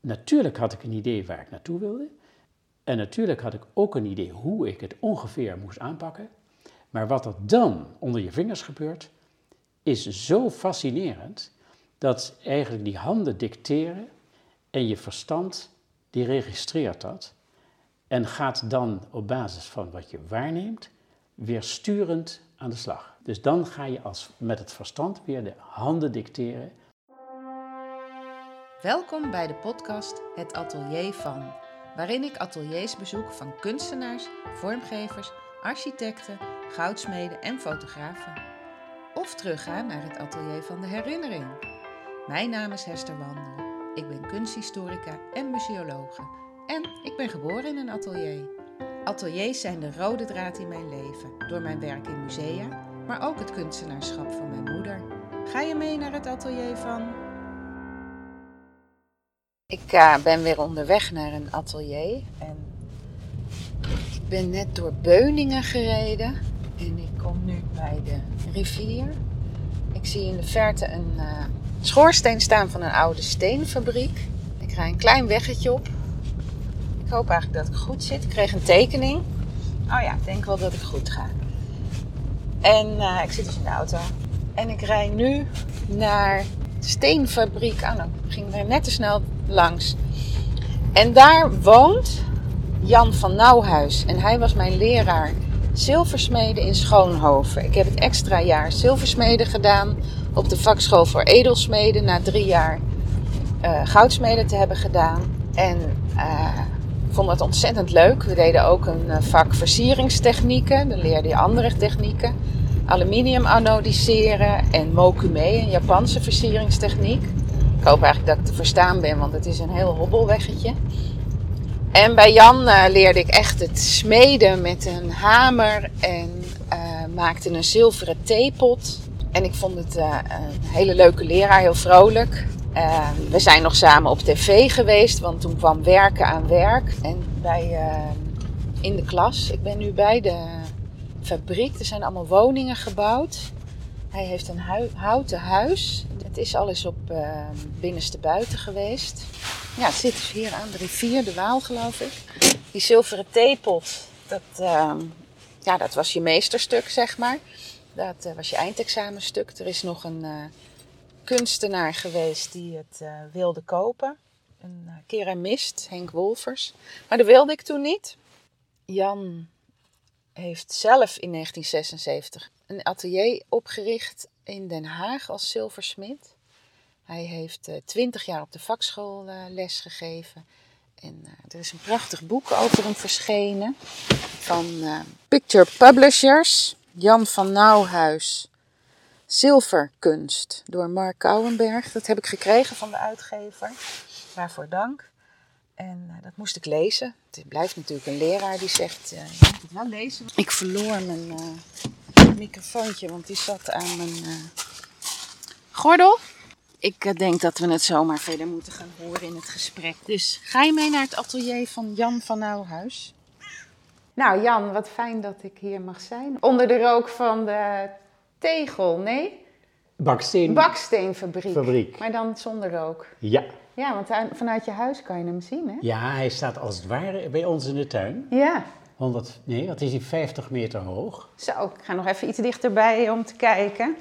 natuurlijk had ik een idee waar ik naartoe wilde. En natuurlijk had ik ook een idee hoe ik het ongeveer moest aanpakken. Maar wat er dan onder je vingers gebeurt, is zo fascinerend dat eigenlijk die handen dicteren en je verstand die registreert dat en gaat dan op basis van wat je waarneemt weer sturend aan de slag. Dus dan ga je met het verstand weer de handen dicteren. Welkom bij de podcast Het Atelier van, waarin ik ateliers bezoek van kunstenaars, vormgevers, architecten, goudsmeden en fotografen. Of terugga naar het atelier van de herinnering. Mijn naam is Hester Wandel. Ik ben kunsthistorica en museologe. En ik ben geboren in een atelier. Ateliers zijn de rode draad in mijn leven, door mijn werk in musea, maar ook het kunstenaarschap van mijn moeder. Ga je mee naar het atelier van? Ik ben weer onderweg naar een atelier en ik ben net door Beuningen gereden en ik kom nu bij de rivier. Ik zie in de verte een schoorsteen staan van een oude steenfabriek. Ik ga een klein weggetje op. Ik hoop eigenlijk dat ik goed zit. Ik kreeg een tekening. Oh ja, ik denk wel dat ik goed ga. En ik zit dus in de auto. En ik rijd nu naar de steenfabriek. Oh nou, ik ging er net te snel langs. En daar woont Jan van Nauwhuis. En hij was mijn leraar zilversmeden in Schoonhoven. Ik heb het extra jaar zilversmeden gedaan op de vakschool voor edelsmeden. Na 3 jaar goudsmeden te hebben gedaan. En ik vond het ontzettend leuk. We deden ook een vak versieringstechnieken. Dan leerde je andere technieken. Aluminium anodiseren en mokume, een Japanse versieringstechniek. Ik hoop eigenlijk dat ik te verstaan ben, want het is een heel hobbelweggetje. En bij Jan leerde ik echt het smeden met een hamer en maakte een zilveren theepot. En ik vond het een hele leuke leraar, heel vrolijk. We zijn nog samen op tv geweest, want toen kwam werken aan werk. En in de klas, ik ben nu bij de fabriek, er zijn allemaal woningen gebouwd. Hij heeft een houten huis. Het is al eens op binnenste buiten geweest. Ja, het zit dus hier aan de rivier, de Waal geloof ik. Die zilveren theepot, dat was je meesterstuk, zeg maar. Dat was je eindexamenstuk. Er is nog een kunstenaar geweest die het wilde kopen. Een keramist, Henk Wolfers. Maar dat wilde ik toen niet. Jan heeft zelf in 1976 een atelier opgericht in Den Haag als zilversmid. Hij heeft 20 jaar op de vakschool les gegeven. En er is een prachtig boek over hem verschenen van Picture Publishers. Jan van Nauwhuis, Zilverkunst, door Mark Kouwenberg. Dat heb ik gekregen van de uitgever. Waarvoor dank. En dat moest ik lezen. Het blijft natuurlijk een leraar die zegt, je moet het wel lezen. Ik verloor mijn microfoontje, want die zat aan mijn gordel. Ik denk dat we het zomaar verder moeten gaan horen in het gesprek. Dus ga je mee naar het atelier van Jan van Nauwhuis? Nou Jan, wat fijn dat ik hier mag zijn. Onder de rook van de baksteenfabriek. Maar dan zonder rook. Ja. Ja, want vanuit je huis kan je hem zien, hè? Ja, hij staat als het ware bij ons in de tuin. Ja. Wat is hij, 50 meter hoog. Zo, ik ga nog even iets dichterbij om te kijken.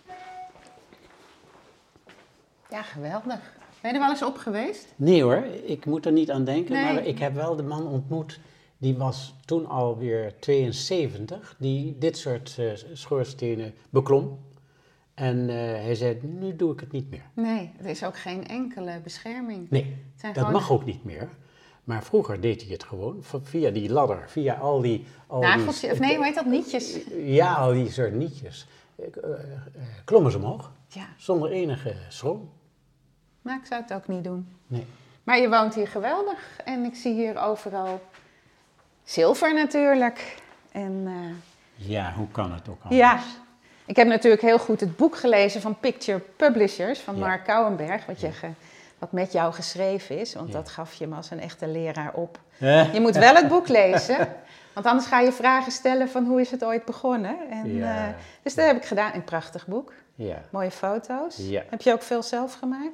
Ja, geweldig. Ben je er wel eens op geweest? Nee hoor, ik moet er niet aan denken. Nee. Maar ik heb wel de man ontmoet, die was toen alweer 72, die dit soort schoorstenen beklom. En hij zei, nu doe ik het niet meer. Nee, er is ook geen enkele bescherming. Nee, dat mag ook niet meer. Maar vroeger deed hij het gewoon, via die ladder, via al die... Nageltjes, of nee, hoe heet dat, nietjes? Ja, al die soort nietjes. Klommen ze omhoog, Ja. zonder enige schroom. Maar ik zou het ook niet doen. Nee. Maar je woont hier geweldig en ik zie hier overal zilver natuurlijk. En, ja, hoe kan het ook anders? Ja, ik heb natuurlijk heel goed het boek gelezen van Picture Publishers van Mark Kouwenberg, wat met jou geschreven is, want dat gaf je me als een echte leraar op. Je moet wel het boek lezen, want anders ga je vragen stellen van hoe is het ooit begonnen. En, dus dat heb ik gedaan. Een prachtig boek, mooie foto's. Ja. Heb je ook veel zelf gemaakt?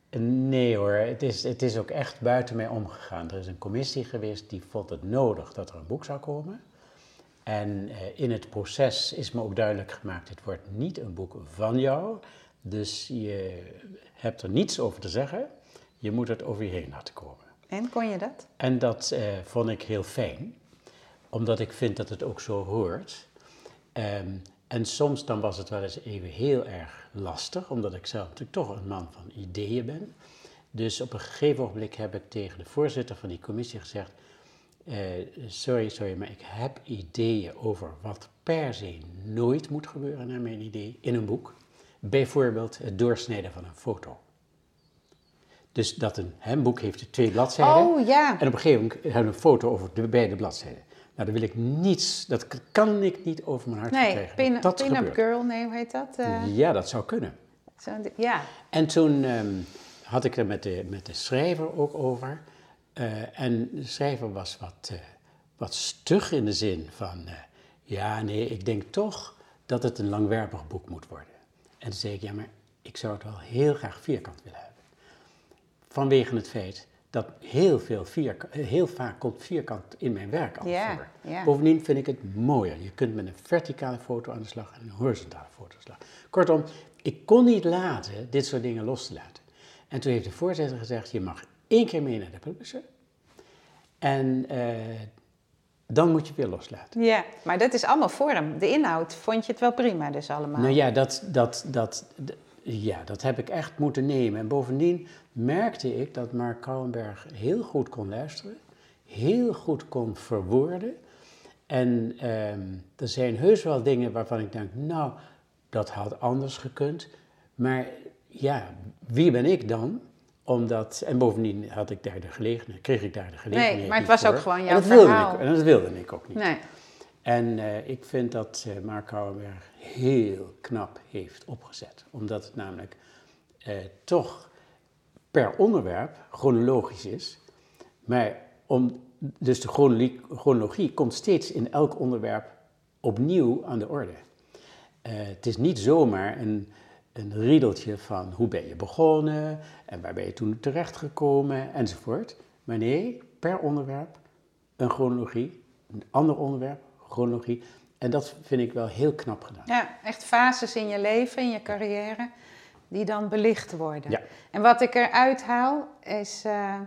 Nee hoor, het is ook echt buiten mij omgegaan. Er is een commissie geweest die vond het nodig dat er een boek zou komen. En in het proces is me ook duidelijk gemaakt, het wordt niet een boek van jou. Dus je hebt er niets over te zeggen, je moet het over je heen laten komen. En, kon je dat? En dat vond ik heel fijn, omdat ik vind dat het ook zo hoort. En soms dan was het wel eens even heel erg lastig, omdat ik zelf natuurlijk toch een man van ideeën ben. Dus op een gegeven ogenblik heb ik tegen de voorzitter van die commissie gezegd, sorry, maar ik heb ideeën over wat per se nooit moet gebeuren naar mijn idee in een boek. Bijvoorbeeld het doorsnijden van een foto. Dus dat een boek heeft 2 bladzijden. Oh, ja. En op een gegeven moment hebben we een foto over de beide bladzijden. Nou, dan wil ik niets, dat kan ik niet over mijn hart krijgen. Nee, Pin-up Girl, nee, hoe heet dat? Ja, dat zou kunnen. Ja. En toen had ik er met de schrijver ook over. En de schrijver was wat stug in de zin van, ik denk toch dat het een langwerpig boek moet worden. En toen zei ik, ja, maar ik zou het wel heel graag vierkant willen hebben. Vanwege het feit dat heel vaak komt vierkant in mijn werk al voor. Ja. Bovendien vind ik het mooier. Je kunt met een verticale foto aan de slag en een horizontale foto aan de slag. Kortom, ik kon niet laten dit soort dingen los te laten. En toen heeft de voorzitter gezegd, je mag 1 keer mee naar de publisher. En dan moet je weer loslaten. Ja, maar dat is allemaal vorm. De inhoud vond je het wel prima dus allemaal? Nou ja, dat heb ik echt moeten nemen. En bovendien merkte ik dat Mark Kouwenberg heel goed kon luisteren, heel goed kon verwoorden. En er zijn heus wel dingen waarvan ik denk, nou, dat had anders gekund. Maar ja, wie ben ik dan? En bovendien kreeg ik daar de gelegenheid. Nee, maar het was ook gewoon jouw verhaal. En dat wilde ik ook niet. Nee. En ik vind dat Mark Kouwenberg heel knap heeft opgezet. Omdat het namelijk toch per onderwerp chronologisch is. Maar dus de chronologie komt steeds in elk onderwerp opnieuw aan de orde. Het is niet zomaar een riedeltje van hoe ben je begonnen en waar ben je toen terechtgekomen enzovoort. Maar nee, per onderwerp een chronologie, een ander onderwerp, chronologie. En dat vind ik wel heel knap gedaan. Ja, echt fases in je leven, in je carrière, die dan belicht worden. Ja. En wat ik eruit haal is,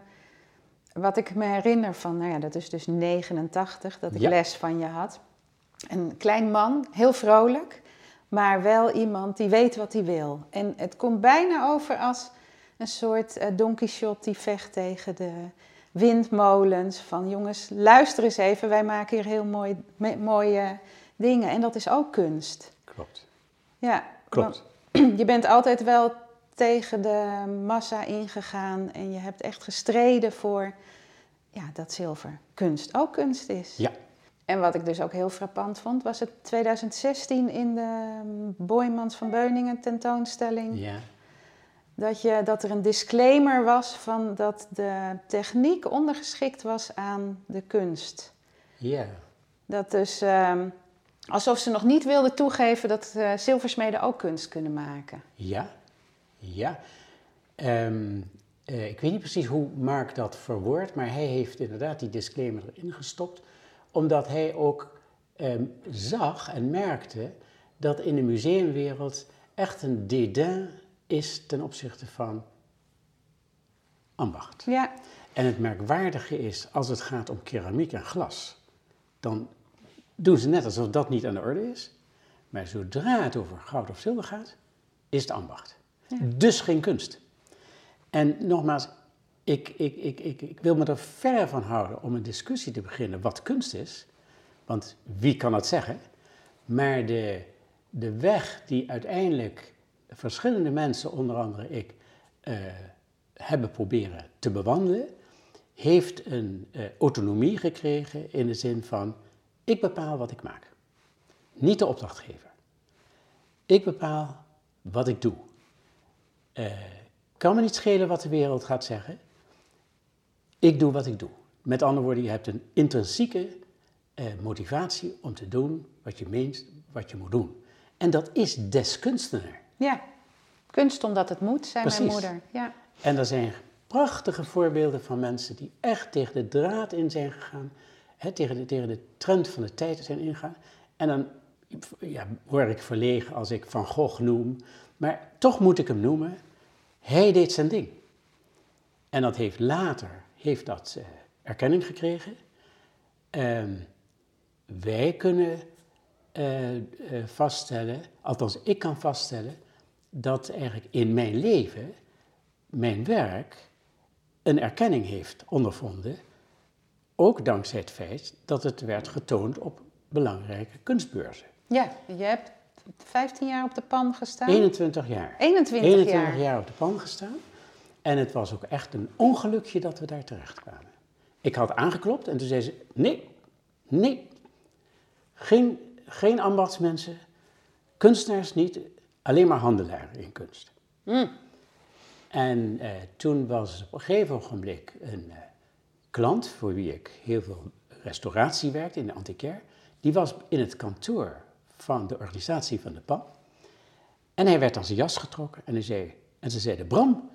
wat ik me herinner van, dat is dus 89, dat ik les van je had. Een klein man, heel vrolijk, maar wel iemand die weet wat hij wil. En het komt bijna over als een soort Don Quixote die vecht tegen de windmolens. Van jongens, luister eens even, wij maken hier heel mooie dingen. En dat is ook kunst. Klopt. Ja, klopt. Je bent altijd wel tegen de massa ingegaan en je hebt echt gestreden voor dat zilver kunst ook kunst is. Ja. En wat ik dus ook heel frappant vond, was het 2016 in de Boijmans van Beuningen tentoonstelling. Ja. Dat er een disclaimer was van dat de techniek ondergeschikt was aan de kunst. Ja. Dat dus, alsof ze nog niet wilden toegeven dat zilversmeden ook kunst kunnen maken. Ja. Ik weet niet precies hoe Mark dat verwoordt, maar hij heeft inderdaad die disclaimer erin gestopt. Omdat hij ook zag en merkte dat in de museumwereld echt een dédain is ten opzichte van ambacht. Ja. En het merkwaardige is, als het gaat om keramiek en glas, dan doen ze net alsof dat niet aan de orde is. Maar zodra het over goud of zilver gaat, is het ambacht. Ja. Dus geen kunst. En nogmaals, ik wil me er ver van houden om een discussie te beginnen wat kunst is. Want wie kan het zeggen? Maar de weg die uiteindelijk verschillende mensen, onder andere ik, hebben proberen te bewandelen, heeft een autonomie gekregen in de zin van, ik bepaal wat ik maak. Niet de opdrachtgever. Ik bepaal wat ik doe. Kan me niet schelen wat de wereld gaat zeggen. Ik doe wat ik doe. Met andere woorden, je hebt een intrinsieke motivatie om te doen wat je meent, wat je moet doen. En dat is des kunstenaar. Ja, kunst omdat het moet, zei Precies. mijn moeder. Ja. En er zijn prachtige voorbeelden van mensen die echt tegen de draad in zijn gegaan. Tegen de trend van de tijd zijn ingegaan. En dan word ik verlegen als ik Van Gogh noem. Maar toch moet ik hem noemen. Hij deed zijn ding. En dat heeft later erkenning gekregen. Wij kunnen vaststellen, althans ik kan vaststellen, dat eigenlijk in mijn leven, mijn werk, een erkenning heeft ondervonden. Ook dankzij het feit dat het werd getoond op belangrijke kunstbeurzen. Ja, je hebt 15 jaar op de pan gestaan? 21 jaar. 21 jaar op de pan gestaan. En het was ook echt een ongelukje dat we daar terecht kwamen. Ik had aangeklopt en toen zei ze, nee, geen ambachtsmensen, kunstenaars niet, alleen maar handelaren in kunst. En toen was op een gegeven ogenblik een klant voor wie ik heel veel restauratie werkte in de antiquaire, die was in het kantoor van de organisatie van de PAN. En hij werd aan zijn jas getrokken en ze zeiden, Bram,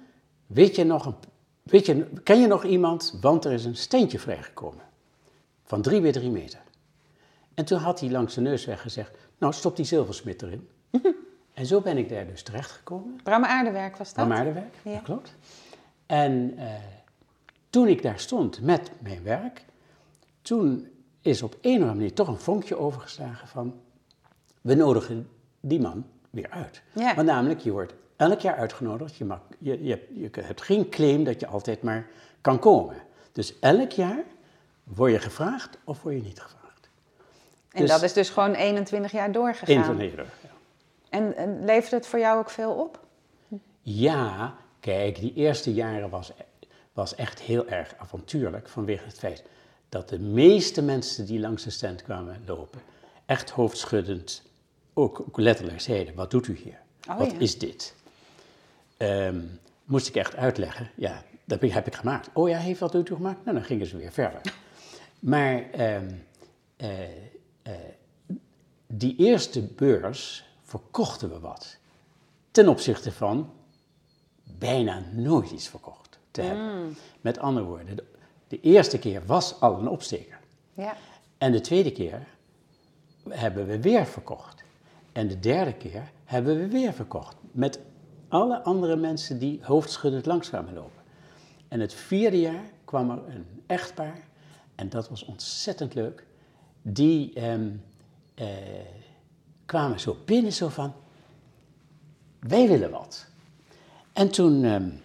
ken je nog iemand, want er is een steentje vrijgekomen van 3 bij 3 meter. En toen had hij langs zijn neus weg gezegd, nou stop die zilversmid erin. En zo ben ik daar dus terechtgekomen. Bram Aardewerk was dat? Bram Aardewerk, ja. Dat klopt. En toen ik daar stond met mijn werk, toen is op een of andere manier toch een vonkje overgeslagen van, we nodigen die man weer uit. Ja. Want namelijk, je wordt elk jaar uitgenodigd, je hebt geen claim dat je altijd maar kan komen. Dus elk jaar word je gevraagd of word je niet gevraagd. En dat is dus gewoon 21 jaar doorgegaan? 21 jaar, ja. En levert het voor jou ook veel op? Ja, kijk, die eerste jaren was echt heel erg avontuurlijk vanwege het feit dat de meeste mensen die langs de stand kwamen lopen, echt hoofdschuddend, ook letterlijk zeiden, wat doet u hier? Wat is dit? Moest ik echt uitleggen, ja, dat heb ik gemaakt. Oh ja, wat doet u gemaakt? Nou, dan gingen ze weer verder. Maar die eerste beurs verkochten we wat. Ten opzichte van bijna nooit iets verkocht te hebben. Met andere woorden, de eerste keer was al een opsteker. Ja. En de tweede keer hebben we weer verkocht. En de derde keer hebben we weer verkocht. Met alle andere mensen die hoofdschuddend langs kwamen lopen. En het 4e jaar kwam er een echtpaar. En dat was ontzettend leuk. Die kwamen zo binnen zo van, wij willen wat. En toen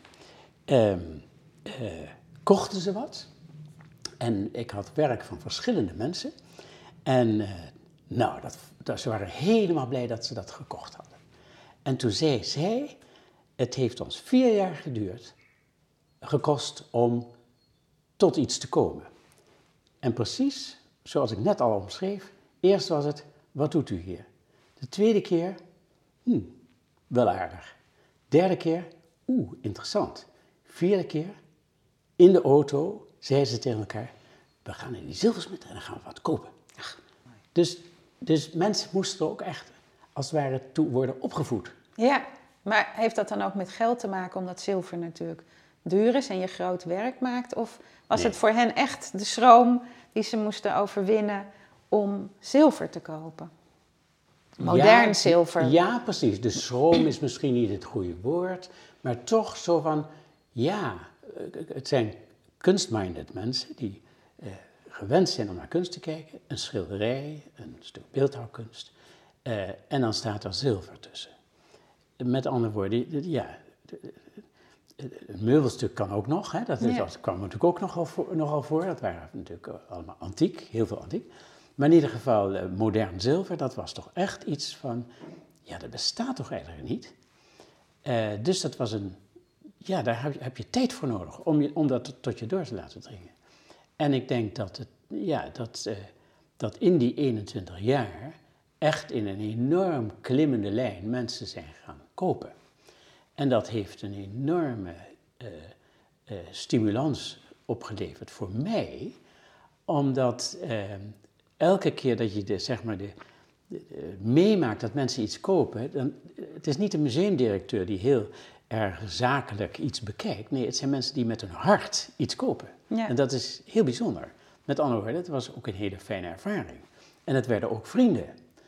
kochten ze wat. En ik had werk van verschillende mensen. En ze waren helemaal blij dat ze dat gekocht hadden. En toen zei zij, het heeft ons 4 jaar gekost om tot iets te komen. En precies zoals ik net al omschreef, eerst was het, wat doet u hier? De tweede keer, wel aardig. Derde keer, interessant. 4e keer, in de auto, zeiden ze tegen elkaar, we gaan in die zilversmid en dan gaan we wat kopen. Dus mensen moesten er ook echt, als het ware, toe worden opgevoed. Ja, maar heeft dat dan ook met geld te maken, omdat zilver natuurlijk duur is en je groot werk maakt? Of was het voor hen echt de schroom die ze moesten overwinnen om zilver te kopen? Modern zilver. Ja, precies. De schroom is misschien niet het goede woord, maar toch zo van, ja, het zijn kunstminded mensen die gewend zijn om naar kunst te kijken. Een schilderij, een stuk beeldhouwkunst. En dan staat er zilver tussen. Met andere woorden, ja, een meubelstuk kan ook nog. Hè, dat kwam natuurlijk ook nogal voor. Dat waren natuurlijk allemaal antiek, heel veel antiek. Maar in ieder geval, modern zilver, dat was toch echt iets van, ja, dat bestaat toch eigenlijk niet. Dus dat was daar heb je tijd voor nodig om dat tot je door te laten dringen. En ik denk dat in die 21 jaar echt in een enorm klimmende lijn mensen zijn gaan kopen. En dat heeft een enorme stimulans opgeleverd voor mij, omdat elke keer dat je meemaakt dat mensen iets kopen, het is niet de museumdirecteur die heel erg zakelijk iets bekijkt. Nee, het zijn mensen die met hun hart iets kopen. Ja. En dat is heel bijzonder. Met andere woorden, het was ook een hele fijne ervaring. En het werden ook vrienden.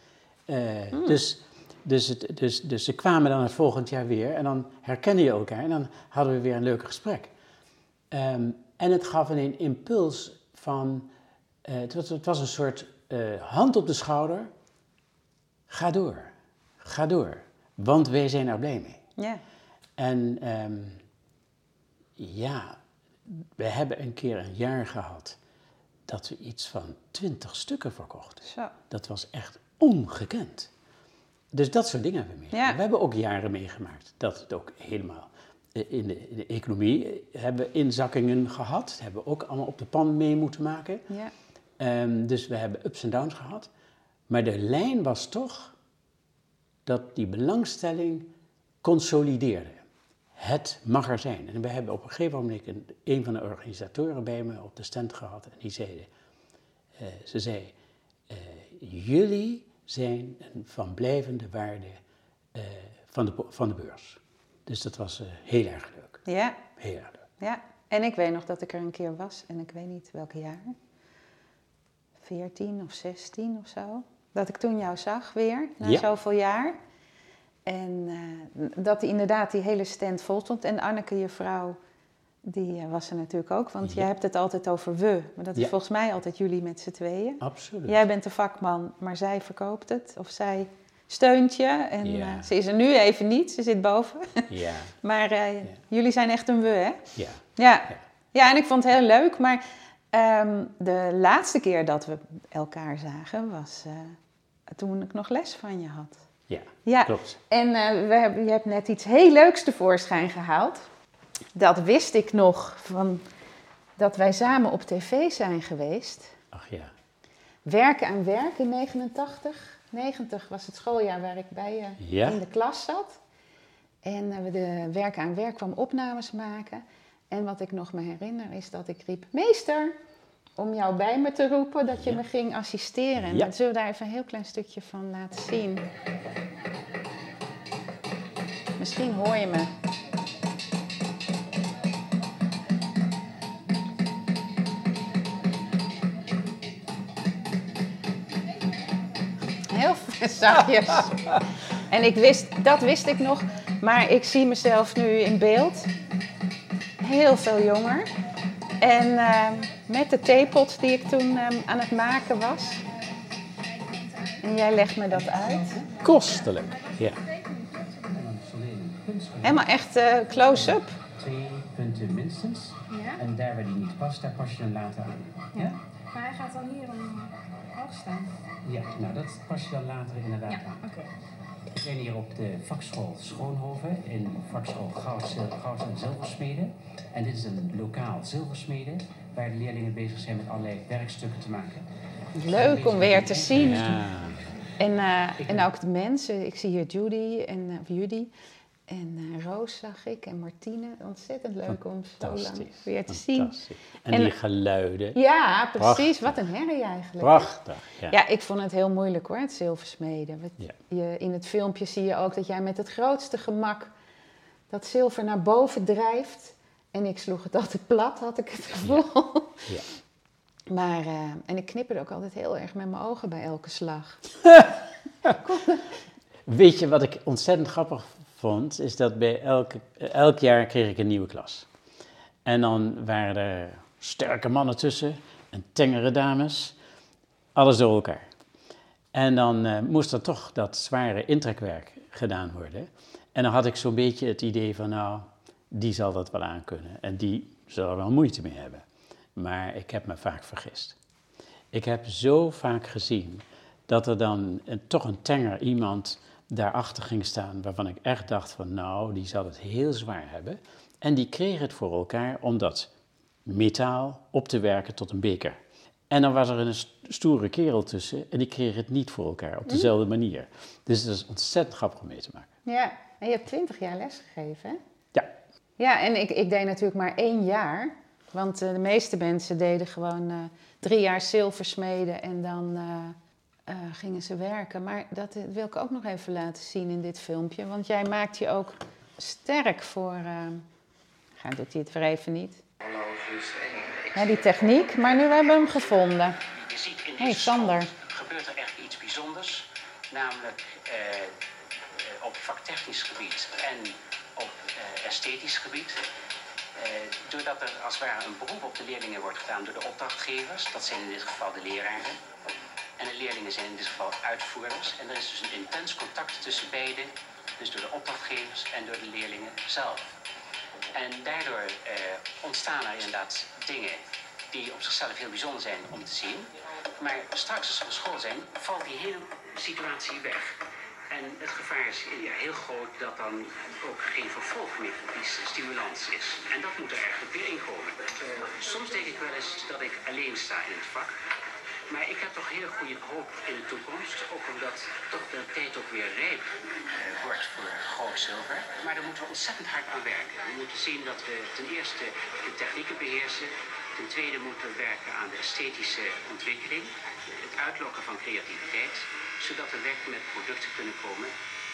Dus ze kwamen dan het volgend jaar weer en dan herkende je elkaar en dan hadden we weer een leuk gesprek. En het gaf een impuls van, het was een soort hand op de schouder. Ga door, want wij zijn er blij mee. Ja. En we hebben een keer een jaar gehad dat we iets van 20 stukken verkochten. Zo. Dat was echt ongekend. Dus dat soort dingen hebben we meegemaakt. Ja. We hebben ook jaren meegemaakt dat het ook helemaal... In de economie hebben we inzakkingen gehad. Dat hebben we ook allemaal op de pan mee moeten maken. Ja. Dus we hebben ups en downs gehad. Maar de lijn was toch dat die belangstelling consolideerde. Het mag er zijn. En we hebben op een gegeven moment een van de organisatoren bij me op de stand gehad. En die ze zei, jullie zijn een van blijvende waarde van de beurs. Dus dat was heel erg leuk. Ja. Heel erg leuk. Ja. En ik weet nog dat ik er een keer was. En ik weet niet welk jaar. 14 of 16 of zo. Dat ik toen jou zag weer. Na zoveel jaar. En dat inderdaad die hele stand vol stond. En Anneke, je vrouw, die was er natuurlijk ook. Want jij hebt het altijd over we. Maar dat is volgens mij altijd jullie met z'n tweeën. Absoluut. Jij bent de vakman, maar zij verkoopt het. Of zij steunt je. En ze is er nu even niet. Ze zit boven. Ja. Maar jullie zijn echt een we, hè? Ja. Ja, en ik vond het heel leuk. Maar de laatste keer dat we elkaar zagen was toen ik nog les van je had. Ja, klopt. En je hebt net iets heel leuks tevoorschijn gehaald. Dat wist ik nog van dat wij samen op tv zijn geweest. Ach ja. Werken aan werk in 89. 90 was het schooljaar waar ik bij je in de klas zat. En we de Werken aan werk kwam opnames maken. En wat ik nog me herinner is dat ik riep, meester, om jou bij me te roepen, dat je me ging assisteren. En dan zullen we daar even een heel klein stukje van laten zien. Misschien hoor je me. Heel zachtjes. En dat wist ik nog, maar ik zie mezelf nu in beeld. Heel veel jonger. En met de theepot die ik toen aan het maken was. En jij legt me dat uit. Kostelijk, ja. Helemaal echt close-up. 2 punten minstens. Ja. En daar waar die niet past, daar pas je hem later aan. Ja? Maar hij gaat dan hier hoog staan. Ja, nou dat pas je dan later inderdaad aan. Oké. We zijn hier op de vakschool Schoonhoven, in vakschool Goud en Zilversmeden. En dit is een lokaal zilversmeden, waar de leerlingen bezig zijn met allerlei werkstukken te maken. Leuk om weer te zien. Ja. En ook de mensen. Ik zie hier Judy en Roos zag ik en Martine. Ontzettend leuk om zo lang weer te zien. En die geluiden. Ja, precies. Prachtig. Wat een herrie eigenlijk. Prachtig, Ja, ik vond het heel moeilijk hoor, het zilversmeden. In het filmpje zie je ook dat jij met het grootste gemak dat zilver naar boven drijft. En ik sloeg het altijd plat, had ik het gevoel. Ja. Maar, en ik knipperde ook altijd heel erg met mijn ogen bij elke slag. Weet je wat ik ontzettend grappig vond? Is dat bij elk jaar kreeg ik een nieuwe klas. En dan waren er sterke mannen tussen en tengere dames. Alles door elkaar. En dan moest er toch dat zware intrekwerk gedaan worden. En dan had ik zo'n beetje het idee van, nou, die zal dat wel aankunnen. En die zal er wel moeite mee hebben. Maar ik heb me vaak vergist. Ik heb zo vaak gezien dat er dan toch een tenger iemand daarachter ging staan, waarvan ik echt dacht van, nou, die zal het heel zwaar hebben. En die kreeg het voor elkaar om dat metaal op te werken tot een beker. En dan was er een stoere kerel tussen en die kreeg het niet voor elkaar op dezelfde manier. Dus dat is ontzettend grappig om mee te maken. Ja, en je hebt 20 jaar lesgegeven, hè? Ja. Ja, en ik deed natuurlijk maar 1 jaar. Want de meeste mensen deden gewoon 3 jaar zilversmeden en dan gingen ze werken. Maar dat wil ik ook nog even laten zien in dit filmpje. Want jij maakt je ook sterk voor... doet hij het weer even niet. Ja, die techniek, maar nu hebben we hem gevonden. Je ziet in Hey, deze Sander. school gebeurt er echt iets bijzonders. Namelijk op vaktechnisch gebied en op esthetisch gebied. Doordat er als het ware een beroep op de leerlingen wordt gedaan door de opdrachtgevers. Dat zijn in dit geval de leraren. En de leerlingen zijn in dit geval uitvoerders. En er is dus een intens contact tussen beide. Dus door de opdrachtgevers en door de leerlingen zelf. En daardoor ontstaan er inderdaad dingen die op zichzelf heel bijzonder zijn om te zien. Maar straks als we op school zijn, valt die hele situatie weg. En het gevaar is heel groot dat dan ook geen vervolg meer op die stimulans is. En dat moet er eigenlijk weer inkomen. Soms denk ik wel eens dat ik alleen sta in het vak. Maar ik heb toch heel goede hoop in de toekomst. Ook omdat toch de tijd ook weer rijp wordt voor groot zilver. Maar daar moeten we ontzettend hard aan werken. We moeten zien dat we ten eerste de technieken beheersen. Ten tweede moeten we werken aan de esthetische ontwikkeling. Het uitlokken van creativiteit. Zodat we werkelijk met producten kunnen komen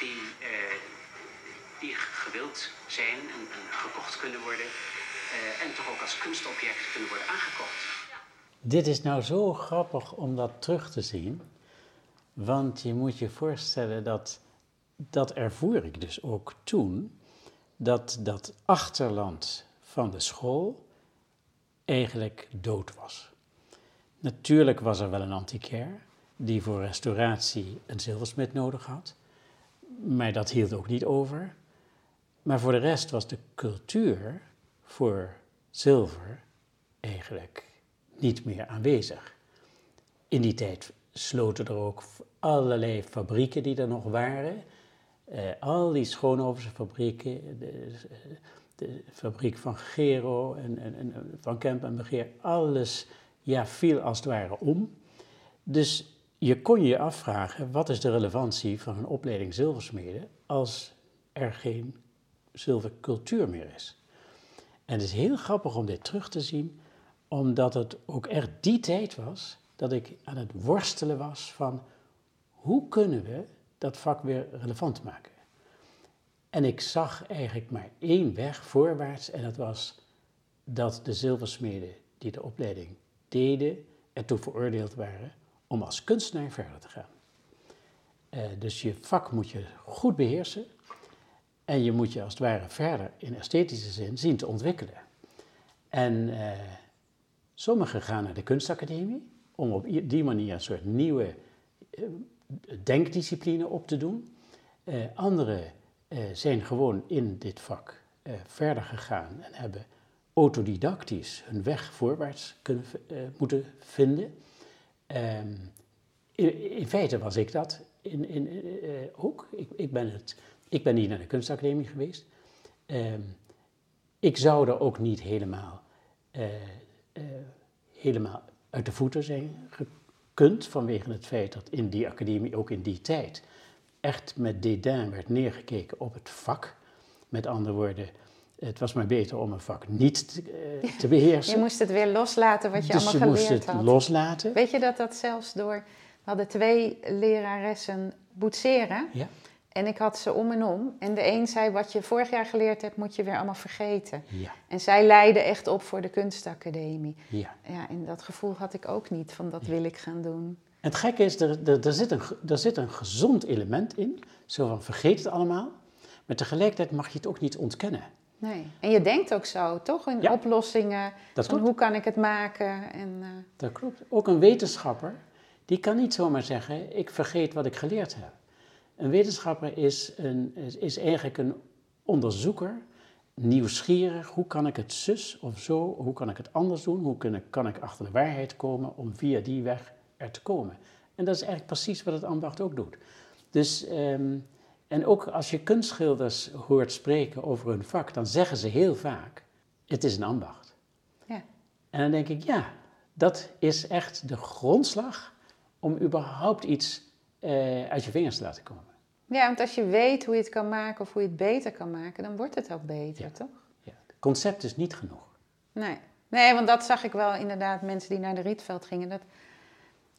die gewild zijn en gekocht kunnen worden. En toch ook als kunstobject kunnen worden aangekocht. Dit is nou zo grappig om dat terug te zien, want je moet je voorstellen dat ervoer ik dus ook toen, dat achterland van de school eigenlijk dood was. Natuurlijk was er wel een antiquair die voor restauratie een zilversmid nodig had, maar dat hield ook niet over. Maar voor de rest was de cultuur voor zilver eigenlijk niet meer aanwezig. In die tijd sloten er ook allerlei fabrieken die er nog waren. Al die Schoonhovense-fabrieken, de fabriek van Gero en van Kemp en Begeer, alles viel als het ware om. Dus je kon je afvragen, wat is de relevantie van een opleiding zilversmeden als er geen zilvercultuur meer is? En het is heel grappig om dit terug te zien, omdat het ook echt die tijd was dat ik aan het worstelen was van hoe kunnen we dat vak weer relevant maken. En ik zag eigenlijk maar één weg voorwaarts en dat was dat de zilversmeden die de opleiding deden ertoe veroordeeld waren om als kunstenaar verder te gaan. Dus je vak moet je goed beheersen en je moet je als het ware verder in esthetische zin zien te ontwikkelen. En sommigen gaan naar de kunstacademie om op die manier een soort nieuwe denkdiscipline op te doen. Anderen zijn gewoon in dit vak verder gegaan en hebben autodidactisch hun weg voorwaarts moeten vinden. In feite was ik dat ook. Ik ben niet naar de kunstacademie geweest. Ik zou er ook niet helemaal uit de voeten zijn gekund, vanwege het feit dat in die academie, ook in die tijd, echt met dédain werd neergekeken op het vak. Met andere woorden, het was maar beter om een vak niet te beheersen. Je moest het weer loslaten wat je dus allemaal geleerd had. Dus je moest het loslaten. Weet je dat zelfs door... We hadden 2 leraressen boetseren. Ja. En ik had ze om en om. En de een zei, wat je vorig jaar geleerd hebt, moet je weer allemaal vergeten. Ja. En zij leidde echt op voor de kunstacademie. Ja. Ja, en dat gevoel had ik ook niet, van dat wil ik gaan doen. En het gekke is, er zit een gezond element in. Zo van, vergeet het allemaal. Maar tegelijkertijd mag je het ook niet ontkennen. Nee. En je denkt ook zo, toch? In oplossingen. Dat van klopt. hoe kan ik het maken? En, Dat klopt. Ook een wetenschapper, die kan niet zomaar zeggen, ik vergeet wat ik geleerd heb. Een wetenschapper is eigenlijk een onderzoeker, nieuwsgierig. Hoe kan ik het zus of zo, hoe kan ik het anders doen? Hoe kan ik achter de waarheid komen om via die weg er te komen? En dat is eigenlijk precies wat het ambacht ook doet. Dus, en ook als je kunstschilders hoort spreken over hun vak, dan zeggen ze heel vaak, het is een ambacht. ja. En dan denk ik, ja, dat is echt de grondslag om überhaupt iets uit je vingers te laten komen. Ja, want als je weet hoe je het kan maken of hoe je het beter kan maken, dan wordt het ook beter, toch? Ja. Het concept is niet genoeg. Nee, want dat zag ik wel inderdaad, mensen die naar de Rietveld gingen. Dat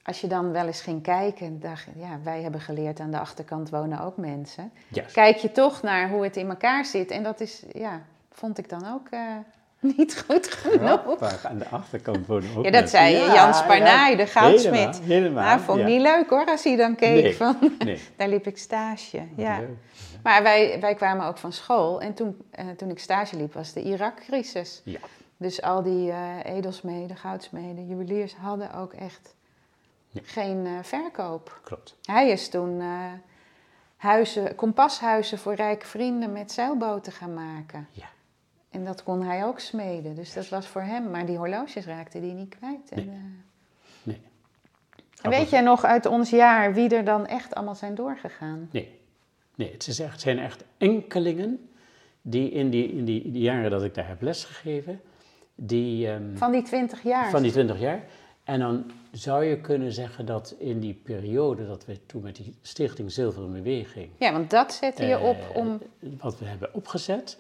als je dan wel eens ging kijken, dacht je, ja, wij hebben geleerd aan de achterkant wonen ook mensen. Juist. Kijk je toch naar hoe het in elkaar zit. En dat is, ja, vond ik dan ook niet goed genoeg. Grappig, aan de achterkant wonen ook Ja, dat mensen. zei Jan Sparnaai, de goudsmid. Helemaal. Nou, vond ik niet leuk hoor, als hij dan keek Nee, van, nee. daar liep ik stage. Ja. Leuk. Maar wij kwamen ook van school en toen ik stage liep was de Irak-crisis. Ja. Dus al die edelsmeden, goudsmeden, juweliers hadden ook echt geen verkoop. Klopt. Hij is toen kompashuizen voor rijke vrienden met zeilboten gaan maken. Ja. En dat kon hij ook smeden, dus dat was voor hem. Maar die horloges raakte hij niet kwijt. Nee. Nee. En weet jij nog uit ons jaar wie er dan echt allemaal zijn doorgegaan? Nee. Nee, het zijn echt enkelingen die in die jaren dat ik daar heb lesgegeven, Van die 20 jaar? van die 20 jaar. En dan zou je kunnen zeggen dat in die periode dat we toen met die Stichting Zilveren Beweging... Ja, want dat zette je op om... Wat we hebben opgezet,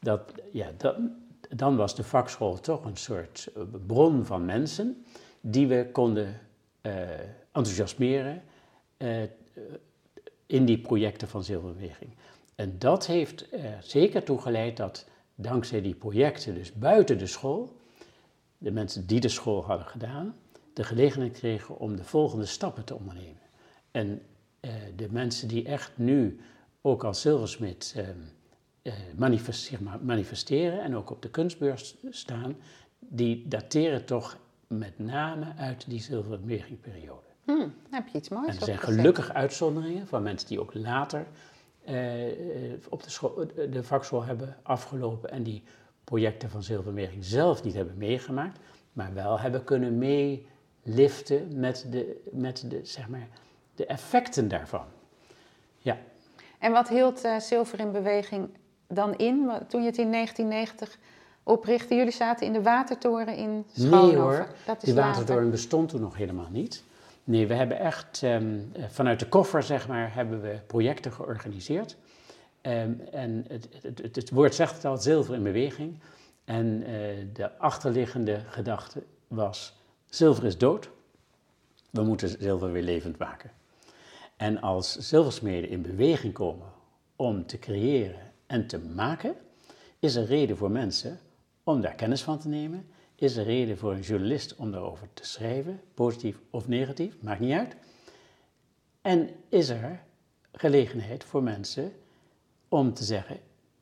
dan was de vakschool toch een soort bron van mensen die we konden enthousiasmeren in die projecten van Zilverbeweging. En dat heeft er zeker toe geleid dat dankzij die projecten, dus buiten de school, de mensen die de school hadden gedaan, de gelegenheid kregen om de volgende stappen te ondernemen. En de mensen die echt nu ook als zilversmid manifesteren en ook op de kunstbeurs staan, die dateren toch met name uit die Zilveren Bewegingperiode. Heb je iets moois En er zijn opgezet. gelukkig uitzonderingen van mensen die ook later op de vakschool hebben afgelopen en die projecten van Zilveren Beweging zelf niet hebben meegemaakt, maar wel hebben kunnen meeliften met de effecten daarvan. Ja. En wat hield Zilver in Beweging dan in, toen je het in 1990 oprichtte? Jullie zaten in de Watertoren in Schoonhoven. Nee hoor, Dat is die later. Watertoren bestond toen nog helemaal niet. Nee, we hebben echt vanuit de koffer, zeg maar, hebben we projecten georganiseerd. En het woord zegt het al, Zilver in Beweging. En de achterliggende gedachte was, zilver is dood. We moeten zilver weer levend maken. En als zilversmeden in beweging komen om te creëren en te maken, is er reden voor mensen om daar kennis van te nemen. Is er reden voor een journalist om daarover te schrijven, positief of negatief, maakt niet uit. En is er gelegenheid voor mensen om te zeggen,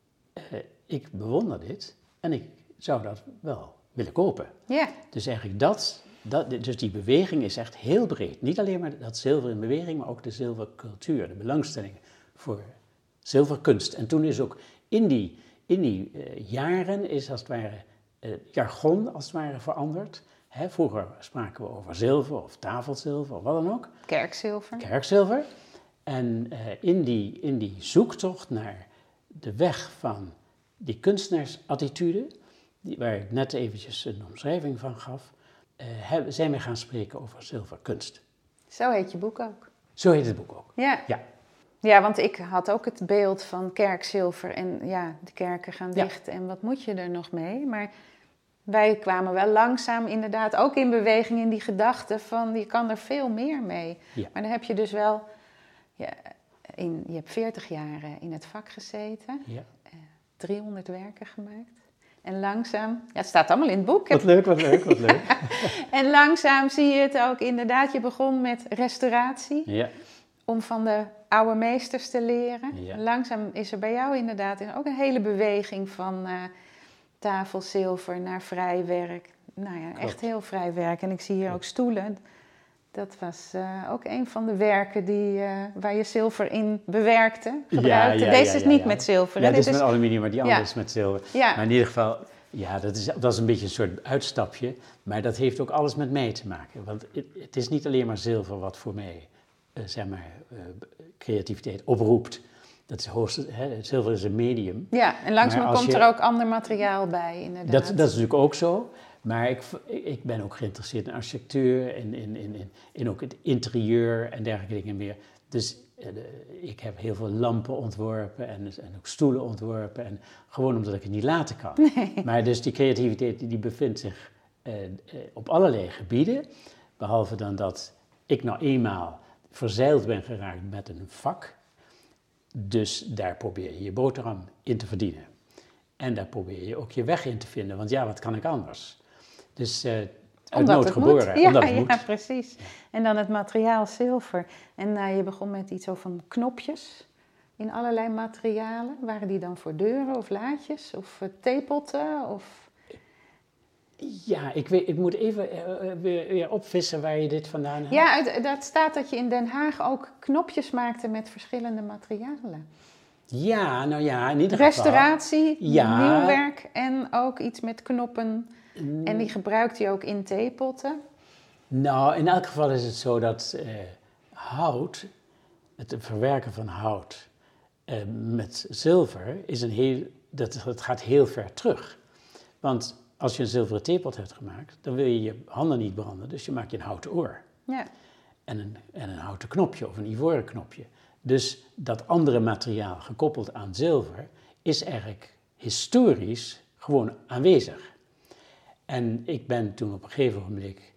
ik bewonder dit en ik zou dat wel willen kopen. Ja, Dus eigenlijk dus die beweging is echt heel breed. Niet alleen maar dat zilver in beweging, maar ook de zilvercultuur, de belangstelling voor zilverkunst. En toen is ook in die jaren is als het ware jargon als het ware veranderd. Vroeger spraken we over zilver of tafelzilver of wat dan ook. kerkzilver. En in die zoektocht naar de weg van die kunstenaarsattitude, waar ik net eventjes een omschrijving van gaf, zijn we gaan spreken over zilverkunst. Zo heet je boek ook. Zo heet het boek ook. Ja. Ja. Ja, want ik had ook het beeld van kerkzilver en ja, de kerken gaan Ja. dicht en wat moet je er nog mee? Maar wij kwamen wel langzaam inderdaad ook in beweging in die gedachte van je kan er veel meer mee. Ja. Maar dan heb je dus wel, je hebt 40 jaar in het vak gezeten, Ja. 300 werken gemaakt. En langzaam, ja, het staat allemaal in het boek. Wat leuk, wat leuk, wat leuk. En langzaam zie je het ook inderdaad. Je begon met restauratie. Ja. Om van de oude meesters te leren. Ja. Langzaam is er bij jou inderdaad ook een hele beweging van tafelzilver naar vrij werk. Nou ja, Klopt. echt heel vrij werk. En ik zie hier ook stoelen. Dat was ook een van de werken waar je zilver in bewerkte, gebruikte. Deze is niet met zilver. Ja, hè? dit is met aluminium, maar die andere Ja. is met zilver. Ja. Maar in ieder geval, ja, dat is een beetje een soort uitstapje. Maar dat heeft ook alles met mij te maken. Want het is niet alleen maar zilver wat voor mij, creativiteit oproept. Dat is zilver is een medium. Ja, en langzaam Maar als komt je- er ook ander materiaal bij, inderdaad. Dat is natuurlijk ook zo. Maar ik ben ook geïnteresseerd in architectuur, in ook het interieur en dergelijke dingen meer. Dus ik heb heel veel lampen ontworpen en ook stoelen ontworpen. En gewoon omdat ik het niet laten kan. Nee. Maar dus die creativiteit die bevindt zich op allerlei gebieden. Behalve dan dat ik nou eenmaal verzeild ben geraakt met een vak, dus daar probeer je je boterham in te verdienen. En daar probeer je ook je weg in te vinden, want ja, wat kan ik anders? Dus uit nood geboren, omdat het moet. Ja, precies. En dan het materiaal zilver. En je begon met iets over van knopjes in allerlei materialen. Waren die dan voor deuren of laadjes of theepotten of... Ja, ik moet even weer opvissen waar je dit vandaan hebt. Ja, dat staat dat je in Den Haag ook knopjes maakte met verschillende materialen. Ja, nou ja, in ieder geval. Restauratie, nieuwwerk en ook iets met knoppen. En die gebruikt hij ook in theepotten. Nou, in elk geval is het zo dat hout, het verwerken van hout met zilver, dat gaat heel ver terug. Want als je een zilveren theepot hebt gemaakt, dan wil je je handen niet branden, dus je maakt je een houten oor. Ja. En een houten knopje of een ivoren knopje. Dus dat andere materiaal gekoppeld aan zilver is eigenlijk historisch gewoon aanwezig. En ik ben toen op een gegeven moment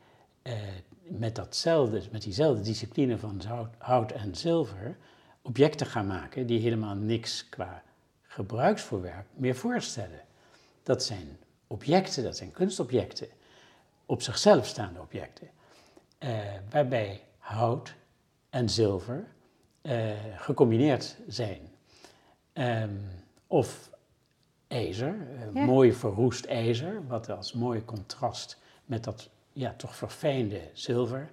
met diezelfde discipline van hout en zilver objecten gaan maken die helemaal niks qua gebruiksvoorwerp meer voorstellen. Dat zijn objecten, dat zijn kunstobjecten, op zichzelf staande objecten, waarbij hout en zilver gecombineerd zijn. Of ijzer, mooi verroest ijzer, wat als mooi contrast met dat toch verfijnde zilver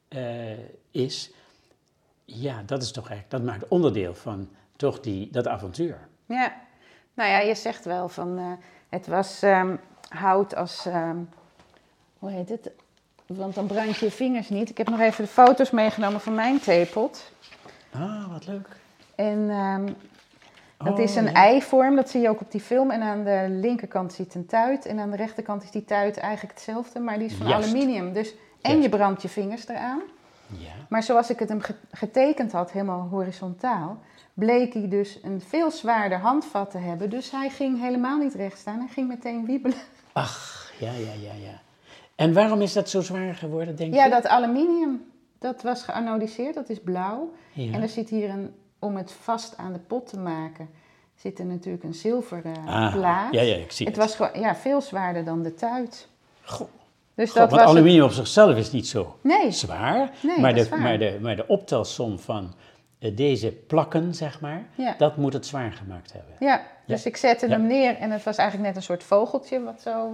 is. Ja, dat is toch eigenlijk, dat maakt onderdeel van toch dat avontuur. Ja, nou ja, je zegt wel van, het was hout als, hoe heet het? Want dan brand je vingers niet. Ik heb nog even de foto's meegenomen van mijn theepot. Ah, wat leuk. En dat is een eivorm, dat zie je ook op die film. En aan de linkerkant zit een tuit. En aan de rechterkant is die tuit eigenlijk hetzelfde, maar die is van aluminium. Dus, en je brandt je vingers eraan. Ja. Maar zoals ik het hem getekend had, helemaal horizontaal, bleek hij dus een veel zwaarder handvat te hebben. Dus hij ging helemaal niet recht staan, hij ging meteen wiebelen. Ach, ja. En waarom is dat zo zwaar geworden, denk je? Ja, dat aluminium, dat was geanodiseerd, dat is blauw. Ja. En er zit hier om het vast aan de pot te maken, zit er natuurlijk een zilveren plaat. Ja, ik zie het. Het was gewoon veel zwaarder dan de tuit. Goh. Dus want aluminium op zichzelf is niet zo zwaar, maar de optelsom van deze plakken, zeg maar, dat moet het zwaar gemaakt hebben. Ja, dus ik zette hem neer en het was eigenlijk net een soort vogeltje wat zo...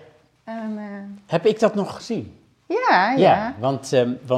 Heb ik dat nog gezien? Ja. Want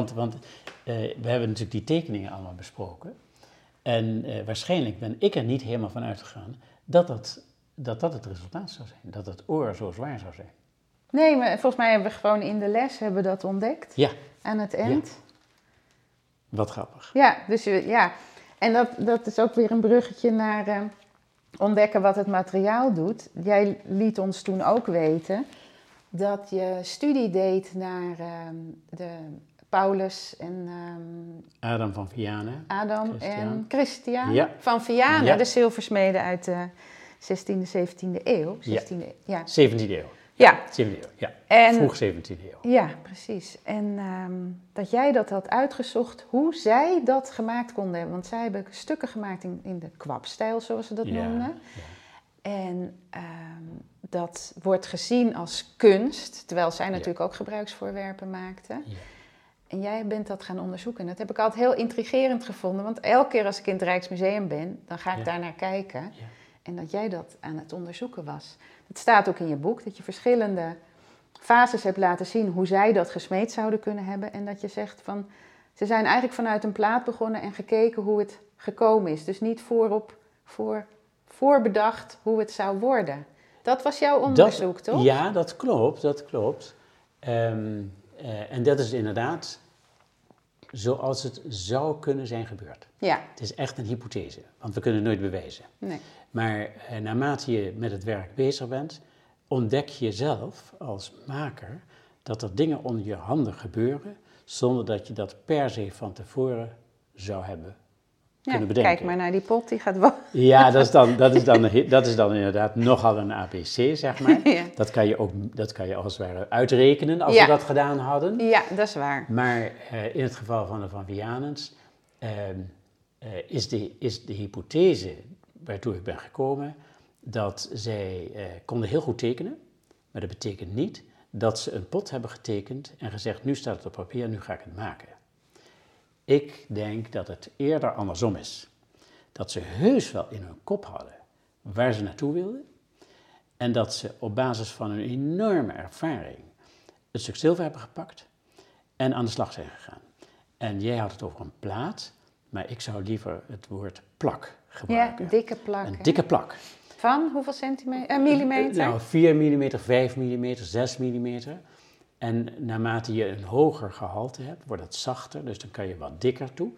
we hebben natuurlijk die tekeningen allemaal besproken. En waarschijnlijk ben ik er niet helemaal van uitgegaan dat het resultaat zou zijn. Dat het oor zo zwaar zou zijn. Nee, maar volgens mij hebben we gewoon in de les dat ontdekt. Ja. Aan het eind. Ja. Wat grappig. Ja, dus en dat is ook weer een bruggetje naar ontdekken wat het materiaal doet. Jij liet ons toen ook weten dat je studie deed naar de Paulus en... Adam van Vianen. En Christian van Vianen, de zilversmeden uit de 16e, 17e eeuw. 17e eeuw. Ja. 17e eeuw, ja. En, vroeg 17e eeuw. Ja, precies. En dat jij dat had uitgezocht, hoe zij dat gemaakt konden hebben. Want zij hebben stukken gemaakt in de kwapstijl, zoals ze dat noemden. Ja. En dat wordt gezien als kunst, terwijl zij natuurlijk ook gebruiksvoorwerpen maakten. Ja. En jij bent dat gaan onderzoeken. En dat heb ik altijd heel intrigerend gevonden. Want elke keer als ik in het Rijksmuseum ben, dan ga ik daar naar kijken. Ja. En dat jij dat aan het onderzoeken was. Het staat ook in je boek, dat je verschillende fases hebt laten zien hoe zij dat gesmeed zouden kunnen hebben. En dat je zegt van, ze zijn eigenlijk vanuit een plaat begonnen en gekeken hoe het gekomen is. Dus niet voorbedacht hoe het zou worden. Dat was jouw onderzoek, toch? Ja, dat klopt. En dat is inderdaad zoals het zou kunnen zijn gebeurd. Ja. Het is echt een hypothese, want we kunnen het nooit bewijzen. Nee. Maar naarmate je met het werk bezig bent, ontdek je zelf als maker dat er dingen onder je handen gebeuren, zonder dat je dat per se van tevoren zou hebben kunnen bedenken. Kijk maar naar die pot, die gaat wel. Ja, dat is dan inderdaad nogal een ABC, zeg maar. Ja. Dat kan je als het ware uitrekenen als we dat gedaan hadden. Ja, dat is waar. Maar in het geval van de Van Vianens is de hypothese waartoe ik ben gekomen dat zij konden heel goed tekenen, maar dat betekent niet dat ze een pot hebben getekend en gezegd, nu staat het op papier, nu ga ik het maken. Ik denk dat het eerder andersom is. Dat ze heus wel in hun kop hadden waar ze naartoe wilden en dat ze op basis van hun enorme ervaring het stuk zilver hebben gepakt en aan de slag zijn gegaan. En jij had het over een plaat, maar ik zou liever het woord plak gebruiken. Ja, dikke plak. Een dikke plak. Van hoeveel millimeter? Nou, 4 mm, 5 mm, 6 mm. En naarmate je een hoger gehalte hebt, wordt het zachter, dus dan kan je wat dikker toe.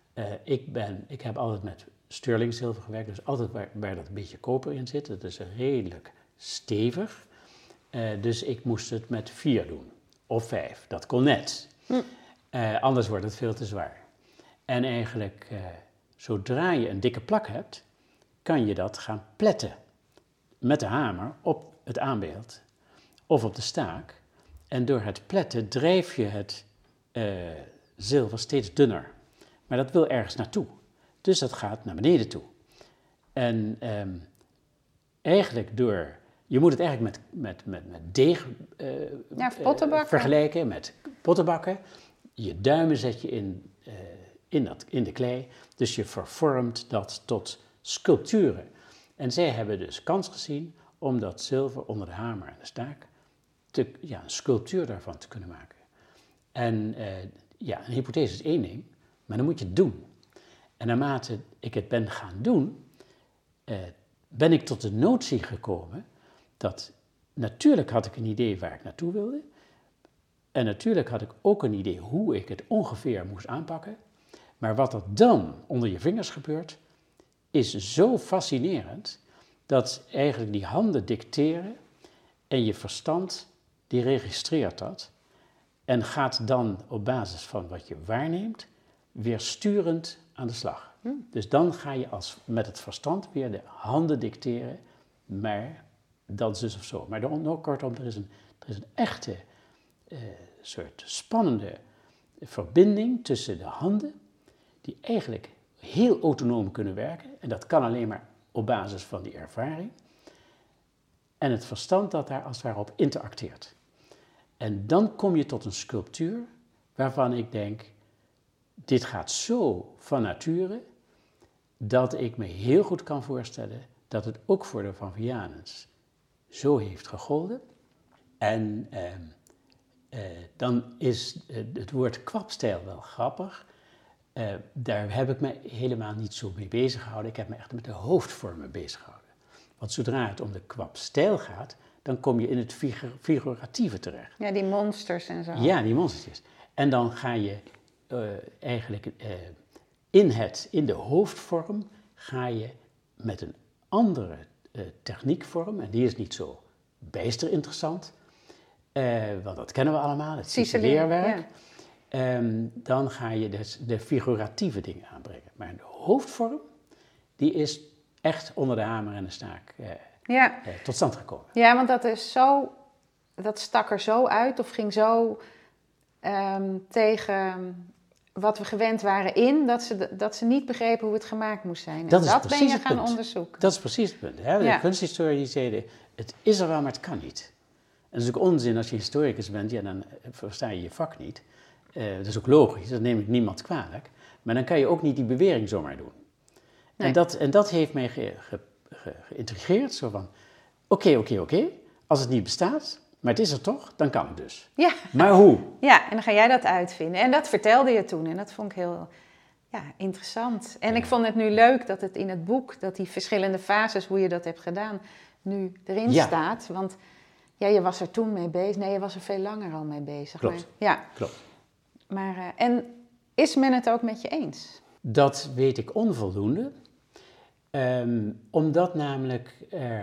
Ik heb altijd met sterlingzilver gewerkt, dus altijd waar dat een beetje koper in zit. Dat is redelijk stevig. Dus ik moest het met 4 doen, of 5. Dat kon net. Anders wordt het veel te zwaar. En eigenlijk, zodra je een dikke plak hebt, kan je dat gaan pletten met de hamer op het aanbeeld of op de staak. En door het pletten drijf je het zilver steeds dunner. Maar dat wil ergens naartoe. Dus dat gaat naar beneden toe. En eigenlijk je moet het eigenlijk met deeg vergelijken, met pottenbakken. Je duimen zet je in de klei, dus je vervormt dat tot sculpturen. En zij hebben dus kans gezien om dat zilver onder de hamer en de staak een sculptuur daarvan te kunnen maken. En een hypothese is één ding, maar dan moet je het doen. En naarmate ik het ben gaan doen, ben ik tot de notie gekomen dat natuurlijk had ik een idee waar ik naartoe wilde. En natuurlijk had ik ook een idee hoe ik het ongeveer moest aanpakken. Maar wat er dan onder je vingers gebeurt, is zo fascinerend dat eigenlijk die handen dicteren en je verstand die registreert dat en gaat dan op basis van wat je waarneemt weer sturend aan de slag. Dus dan ga je met het verstand weer de handen dicteren, maar dat is of zo. Maar kortom, er is een echte soort spannende verbinding tussen de handen die eigenlijk heel autonoom kunnen werken. En dat kan alleen maar op basis van die ervaring. En het verstand dat daar als het ware op interacteert. En dan kom je tot een sculptuur waarvan ik denk, dit gaat zo van nature, dat ik me heel goed kan voorstellen dat het ook voor de Van Vianens zo heeft gegolden. En dan is het woord kwapstijl wel grappig. Daar heb ik me helemaal niet zo mee bezig gehouden. Ik heb me echt met de hoofdvormen bezig gehouden. Want zodra het om de kwapstijl gaat, dan kom je in het figuratieve terecht. Ja, die monsters en zo. Ja, die monstertjes. En dan ga je eigenlijk in de hoofdvorm ga je met een andere techniekvorm, en die is niet zo bijster interessant, want dat kennen we allemaal, het ciselleerwerk. Ja. Dan ga je dus de figuratieve dingen aanbrengen. Maar de hoofdvorm, die is echt onder de hamer en de staak tot stand gekomen. Ja, want dat stak er zo uit of ging zo tegen wat we gewend waren in, dat ze niet begrepen hoe het gemaakt moest zijn. Dat ben je gaan onderzoeken. Dat is precies het punt. Hè? De kunsthistorici zeiden, het is er wel, maar het kan niet. En dat is ook onzin als je historicus bent, dan versta je je vak niet. Dat is ook logisch, dat neem ik niemand kwalijk. Maar dan kan je ook niet die bewering zomaar doen. Nee. En dat heeft mij geïntegreerd, zo van, oké, als het niet bestaat, maar het is er toch, dan kan het dus. Ja. Maar hoe? Ja, en dan ga jij dat uitvinden. En dat vertelde je toen en dat vond ik heel interessant. En ik vond het nu leuk dat het in het boek, dat die verschillende fases, hoe je dat hebt gedaan, nu erin staat. Want je was er toen mee bezig. Nee, je was er veel langer al mee bezig. Klopt. Klopt. Maar, en is men het ook met je eens? Dat weet ik onvoldoende. Omdat namelijk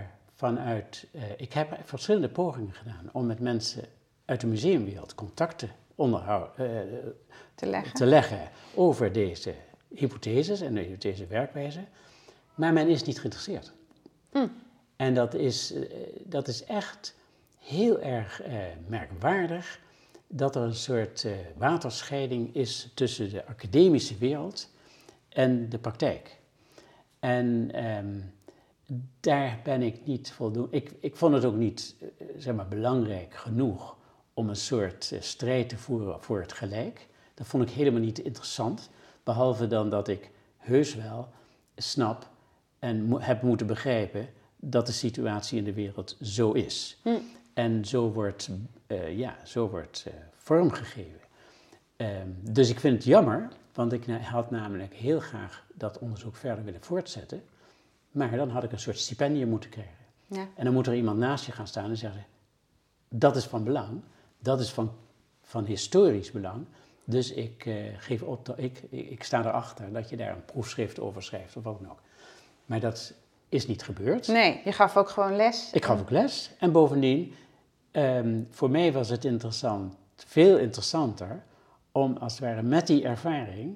ik heb verschillende pogingen gedaan om met mensen uit de museumwereld contacten te leggen over deze hypotheses en hypothese werkwijze, maar men is niet geïnteresseerd. En dat is echt heel erg merkwaardig dat er een soort waterscheiding is tussen de academische wereld en de praktijk. En daar ben ik niet voldoende. Ik vond het ook niet belangrijk genoeg om een soort strijd te voeren voor het gelijk. Dat vond ik helemaal niet interessant, behalve dan dat ik heus wel snap en heb moeten begrijpen dat de situatie in de wereld zo is. En zo wordt vormgegeven. Dus ik vind het jammer, want ik had namelijk heel graag dat onderzoek verder willen voortzetten. Maar dan had ik een soort stipendium moeten krijgen. Ja. En dan moet er iemand naast je gaan staan en zeggen, dat is van belang, dat is van historisch belang. Dus ik geef op, ik sta erachter dat je daar een proefschrift over schrijft of wat dan ook. Maar dat is niet gebeurd. Nee, je gaf ook gewoon les. Ik gaf ook les. En bovendien, voor mij was het veel interessanter om als het ware met die ervaring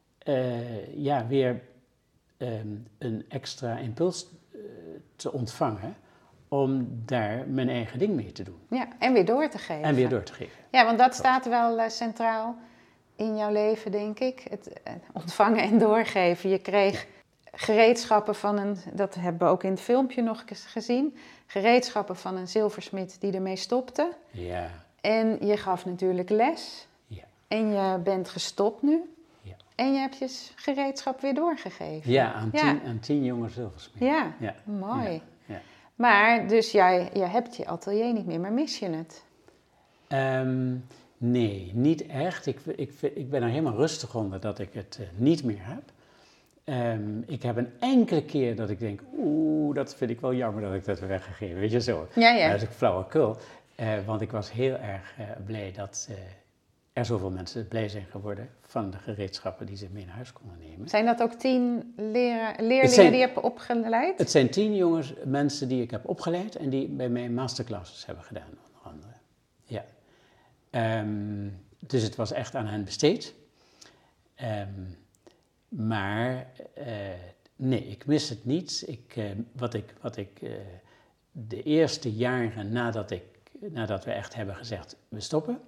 weer een extra impuls te ontvangen om daar mijn eigen ding mee te doen. Ja, en weer door te geven. Ja, want dat staat wel centraal in jouw leven, denk ik. Het ontvangen en doorgeven. Je kreeg gereedschappen dat hebben we ook in het filmpje nog eens gezien, gereedschappen van een zilversmid die ermee stopte. Ja. En je gaf natuurlijk les. Ja. En je bent gestopt nu. Ja. En je hebt je gereedschap weer doorgegeven. Ja, aan 10 jonge zilversmeden. Ja, mooi. Ja. Ja. Maar, dus jij hebt je atelier niet meer, maar mis je het? Nee, niet echt. Ik ben er helemaal rustig onder dat ik het niet meer heb. Ik heb een enkele keer dat ik denk, dat vind ik wel jammer dat ik dat heb weggegeven. Weet je zo? Ja. Dat is ook flauwekul. Want ik was heel erg blij dat er zoveel mensen blij zijn geworden van de gereedschappen die ze mee naar huis konden nemen. Zijn dat ook 10 leerlingen die je hebt opgeleid? Het zijn 10 mensen die ik heb opgeleid en die bij mij masterclasses hebben gedaan, onder andere. Ja. Dus het was echt aan hen besteed. Maar nee, ik mis het niet. Wat ik de eerste jaren nadat we echt hebben gezegd, we stoppen,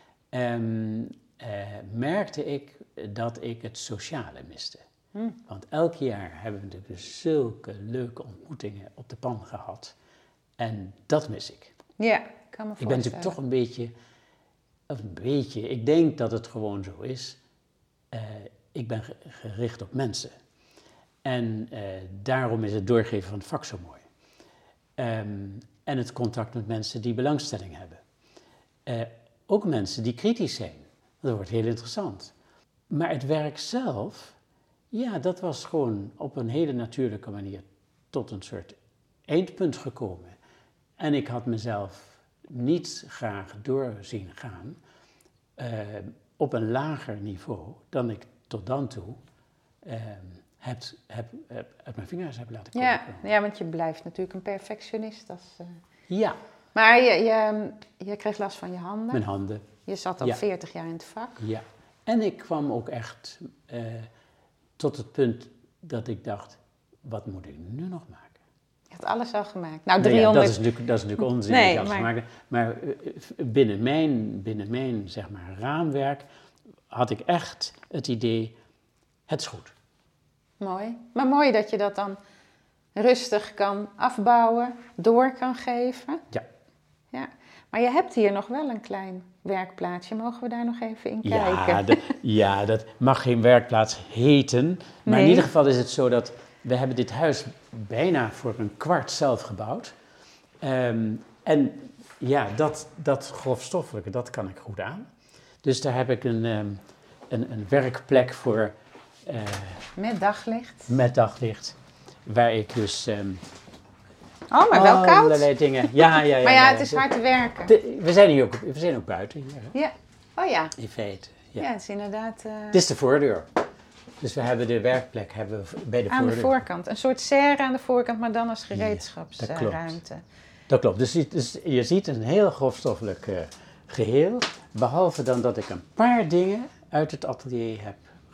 merkte ik dat ik het sociale miste. Want elk jaar hebben we natuurlijk dus zulke leuke ontmoetingen op de pan gehad. En dat mis ik. Ja, kan me voorstellen. Ik ben natuurlijk toch een beetje, ik denk dat het gewoon zo is. Ik ben gericht op mensen. En daarom is het doorgeven van het vak zo mooi. En het contact met mensen die belangstelling hebben. Ook mensen die kritisch zijn. Dat wordt heel interessant. Maar het werk zelf, ja, dat was gewoon op een hele natuurlijke manier tot een soort eindpunt gekomen. En ik had mezelf niet graag doorzien gaan op een lager niveau dan ik tot dan toe uit mijn vingers heb laten komen. Ja, want je blijft natuurlijk een perfectionist. Ja. Maar je kreeg last van je handen. Mijn handen. Je zat al 40 jaar in het vak. Ja. En ik kwam ook echt tot het punt dat ik dacht, wat moet ik nu nog maken? Je had alles al gemaakt. Nou, 300... dat is natuurlijk onzin dat je alles gemaakt. Maar binnen mijn zeg maar, raamwerk had ik echt het idee, het is goed. Mooi. Maar mooi dat je dat dan rustig kan afbouwen, door kan geven. Ja. Maar je hebt hier nog wel een klein werkplaatsje. Mogen we daar nog even in kijken? Dat mag geen werkplaats heten. Maar in ieder geval is het zo dat we hebben dit huis bijna voor een kwart zelf gebouwd. En ja, dat grofstoffelijke, dat kan ik goed aan. Dus daar heb ik een werkplek voor. Met daglicht? Met daglicht. Waar ik dus... maar wel koud? Allerlei dingen. Ja. Maar ja, het is hard te werken. We zijn ook buiten hier. Hè? Ja. Oh ja. In feite. Ja, het is inderdaad... Dit is de voordeur. Dus we hebben de werkplek bij de voordeur. Aan de voorkant. Een soort serre aan de voorkant, maar dan als gereedschapsruimte. Dat klopt. Dus je ziet een heel grofstoffelijk geheel. Behalve dan dat ik een paar dingen uit het atelier heb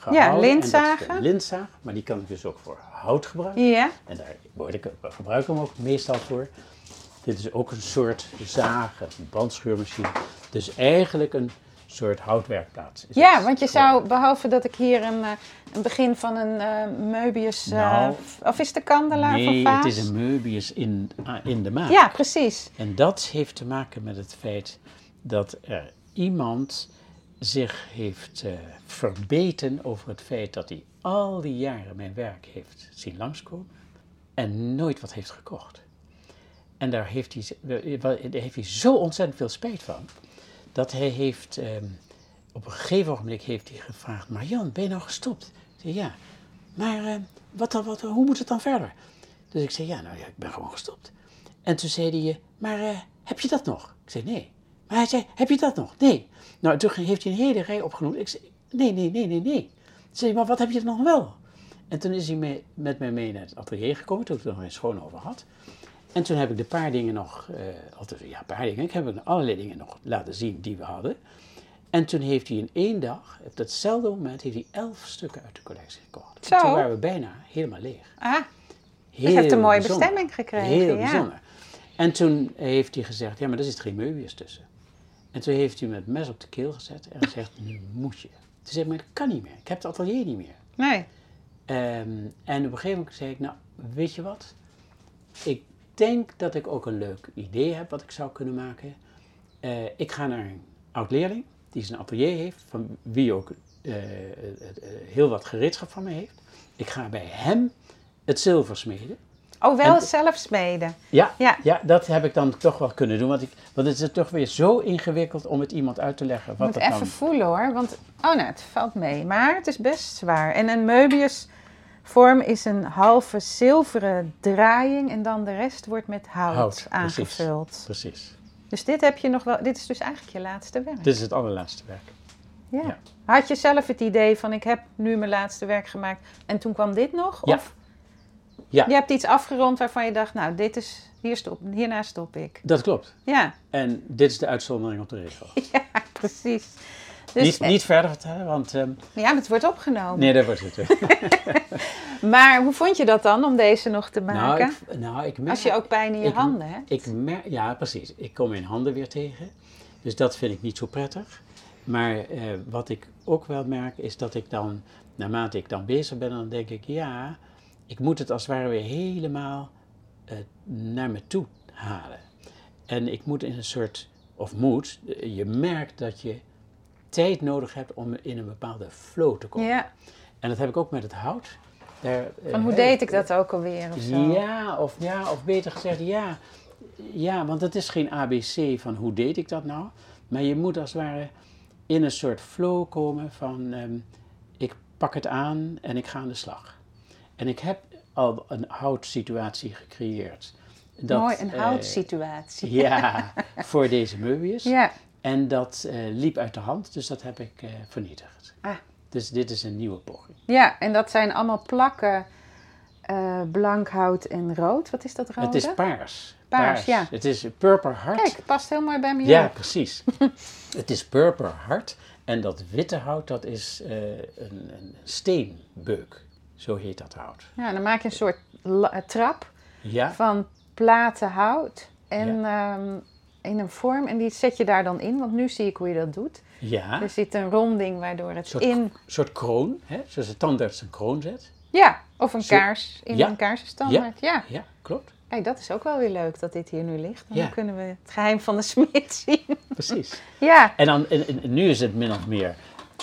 gehouden. Ja, lintzagen. En dat is de lintzaag, maar die kan ik dus ook voor hout gebruiken. Ja. En daar gebruik ik hem ook meestal voor. Dit is ook een soort zaag, een brandschuurmachine. Dus eigenlijk een soort houtwerkplaats. Ja, want je zou, behalve dat ik hier een begin van een Möbius, of is het de kandelaar van Nee, Vaas? het is een Möbius in de maat. Ja, precies. En dat heeft te maken met het feit dat er iemand zich heeft verbeten over het feit dat hij al die jaren mijn werk heeft zien langskomen en nooit wat heeft gekocht. En daar heeft hij zo ontzettend veel spijt van, dat hij heeft, op een gegeven ogenblik heeft hij gevraagd, Marianne, ben je nou gestopt? Ik zei, ja, maar hoe moet het dan verder? Dus ik zei, ja, ik ben gewoon gestopt. En toen zei hij, maar heb je dat nog? Ik zei, nee. Maar hij zei, heb je dat nog? Nee. Nou, toen heeft hij een hele rij opgenoemd. Ik zei, nee. Toen zei hij, maar wat heb je nog wel? En toen is hij met mij mee naar het atelier gekomen, toen ik het nog eens schoon over had. En toen heb ik de paar dingen nog, ik heb allerlei dingen nog laten zien die we hadden. En toen heeft hij in 1 dag, op datzelfde moment, heeft hij 11 stukken uit de collectie gekocht. Zo. Toen waren we bijna helemaal leeg. Ah, Heel dus heeft een mooie bijzonder. bestemming gekregen. Heel ja. bijzonder. En toen heeft hij gezegd, ja, maar er zit geen Möbius tussen. En toen heeft hij me het mes op de keel gezet en gezegd, nu moet je. Toen zei ik, maar dat kan niet meer. Ik heb het atelier niet meer. Nee. En op een gegeven moment zei ik, nou, weet je wat? Ik denk dat ik ook een leuk idee heb wat ik zou kunnen maken. Ik ga naar een oud-leerling die zijn atelier heeft, van wie ook heel wat gereedschap van me heeft. Ik ga bij hem het zilver smeden. Oh, wel En- zelf smeden. Ja, Ja. ja, dat heb ik dan toch wel kunnen doen. Want het is toch weer zo ingewikkeld om het iemand uit te leggen Ik wat moet het even dan... voelen hoor, want het valt mee. Maar het is best zwaar. En een Möbius vorm is een halve zilveren draaiing en dan de rest wordt met hout precies. aangevuld. Precies. Dus dit heb je nog wel. Dit is dus eigenlijk je laatste werk. Dit is het allerlaatste werk. Ja. ja. Had je zelf het idee van ik heb nu mijn laatste werk gemaakt en toen kwam dit nog? Ja. Of Ja, je hebt iets afgerond waarvan je dacht, nou, hierna stop ik. dat klopt. Ja, En dit is de uitzondering op de regel. ja, precies. Dus, Niet verder vertellen, want... ja, maar het wordt opgenomen. nee, dat wordt het weer. Maar hoe vond je dat dan om deze nog te maken? Ik merk... Als je ook pijn in je handen hebt. Ja, precies. Ik kom mijn handen weer tegen. Dus dat vind ik niet zo prettig. Maar wat ik ook wel merk is dat ik dan, naarmate ik dan bezig ben, dan denk ik, ja, ik moet het als het ware weer helemaal naar me toe halen. En ik moet in een soort, je merkt dat je tijd nodig hebt om in een bepaalde flow te komen. Ja, En dat heb ik ook met het hout. van hoe deed ik dat ook alweer of zo? Of beter gezegd, ja, want het is geen ABC van hoe deed ik dat nou. Maar je moet als het ware in een soort flow komen van ik pak het aan en ik ga aan de slag. En ik heb al een houtsituatie gecreëerd. Mooi, een houtsituatie. Ja, voor deze Möbius. Ja, En dat liep uit de hand, dus dat heb ik vernietigd. Ah. Dus dit is een nieuwe poging. ja, en dat zijn allemaal plakken blank hout en rood. Wat is dat rode? Het is paars. Paars, ja. Het is Purper Heart. Kijk, past heel mooi bij me. Ja, precies. Het is Purper Heart. En dat witte hout, dat is een steenbeuk. Zo heet dat hout. Ja, dan maak je een soort trap Ja, van platen hout en in een vorm. En die zet je daar dan in, want nu zie ik hoe je dat doet. ja. Er zit een ronding waardoor het Een soort kroon, hè? Zoals de tandarts een kroon zet. Ja, of een Zo- kaars in Ja. een kaarsenstandaard. Ja. Ja, klopt. Kijk, dat is ook wel weer leuk dat dit hier nu ligt. Dan Ja. kunnen we het geheim van de smid zien. Precies. Ja, En dan, nu is het min of meer,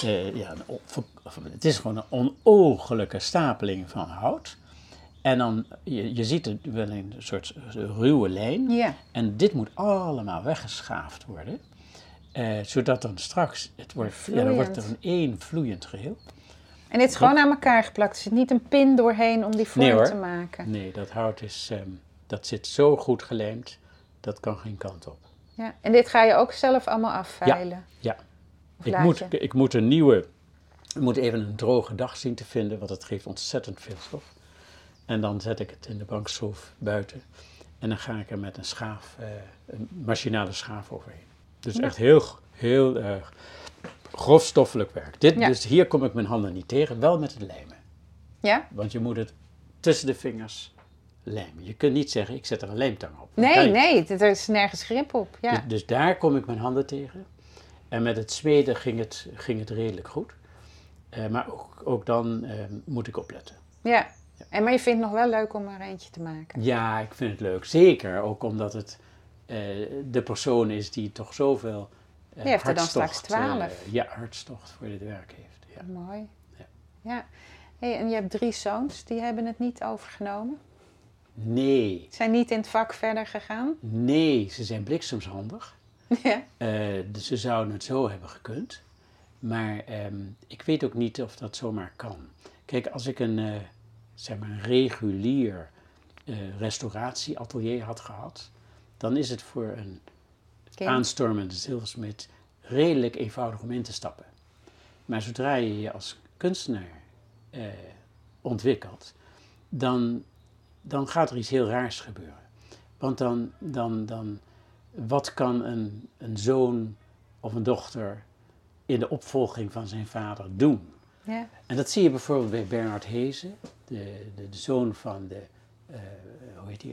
het is gewoon een onooglijke stapeling van hout. En dan, je ziet het wel in een soort ruwe lijn. ja. En dit moet allemaal weggeschaafd worden. Zodat dan straks, dan wordt er een één vloeiend geheel. En dit is gewoon aan elkaar geplakt. Er zit niet een pin doorheen om die vorm Nee, hoor. te maken. Nee, dat hout is, dat zit zo goed gelijmd, dat kan geen kant op. Ja. En dit ga je ook zelf allemaal afveilen. Ja, Of ik laat je? moet even een droge dag zien te vinden, want het geeft ontzettend veel stof. En dan zet ik het in de bankschroef buiten. En dan ga ik er met een schaaf, een machinale schaaf overheen. Dus Ja. echt heel erg grofstoffelijk werk. Ja. Dus hier kom ik mijn handen niet tegen, wel met het lijmen. Ja? Want je moet het tussen de vingers lijmen. Je kunt niet zeggen, ik zet er een lijmtang op. Nee, er is nergens grip op. Ja. Dus daar kom ik mijn handen tegen. En met het smeden ging het redelijk goed. Maar ook dan moet ik opletten. Ja. Maar je vindt het nog wel leuk om er eentje te maken? Ja, ik vind het leuk. Zeker, ook omdat het de persoon is die toch zoveel Je heeft er dan straks 12. Hartstocht voor dit werk heeft. Ja. Mooi. Ja. Hey, en je hebt 3 zoons, die hebben het niet overgenomen? Nee, Zijn niet in het vak verder gegaan? nee, ze zijn bliksemshandig. Ja. Dus ze zouden het zo hebben gekund. Maar ik weet ook niet of dat zomaar kan. Kijk, als ik een regulier restauratieatelier had gehad, dan is het voor een aanstormende zilversmid redelijk eenvoudig om in te stappen. Maar zodra je je als kunstenaar ontwikkelt, dan gaat er iets heel raars gebeuren. Want dan wat kan een zoon of een dochter in de opvolging van zijn vader doen? Ja. En dat zie je bijvoorbeeld bij Bernard Heese, de zoon van de, hoe heet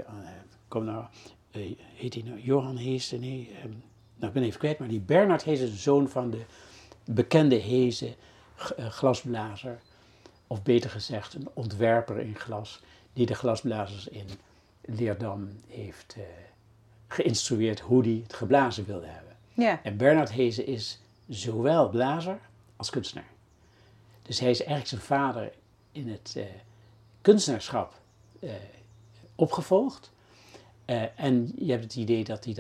hij? Heet hij nou Johan Heese? Nee, ik ben even kwijt, maar die Bernard Heese is de zoon van de bekende Heese glasblazer, of beter gezegd een ontwerper in glas, die de glasblazers in Leerdam heeft geïnstrueerd hoe die het geblazen wilde hebben. Ja. En Bernard Heese is zowel blazer als kunstenaar. Dus hij is eigenlijk zijn vader in het kunstenaarschap opgevolgd. En je hebt het idee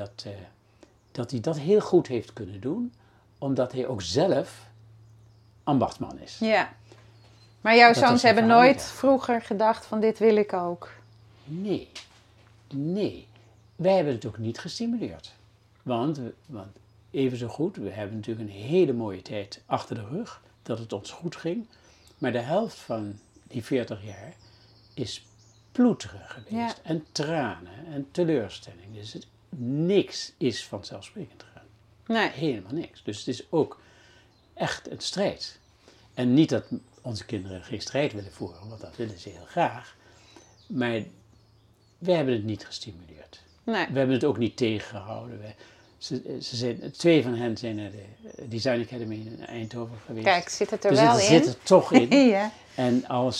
dat hij dat heel goed heeft kunnen doen, omdat hij ook zelf ambachtman is. Ja. Maar jouw Dat was zoons zijn hebben vader, nooit ja. vroeger gedacht van dit wil ik ook? Nee. Wij hebben het ook niet gestimuleerd. Want even zo goed, we hebben natuurlijk een hele mooie tijd achter de rug, dat het ons goed ging. Maar de helft van die 40 jaar is ploeteren geweest. Ja. En tranen en teleurstelling. Dus niks is vanzelfsprekend gegaan. Nee. Helemaal niks. Dus het is ook echt een strijd. En niet dat onze kinderen geen strijd willen voeren, want dat willen ze heel graag. Maar wij hebben het niet gestimuleerd. Nee. We hebben het ook niet tegengehouden. Twee van hen zijn naar de Design Academy in Eindhoven geweest. Kijk, zit het er dus wel het in? zit er toch in. Ja. En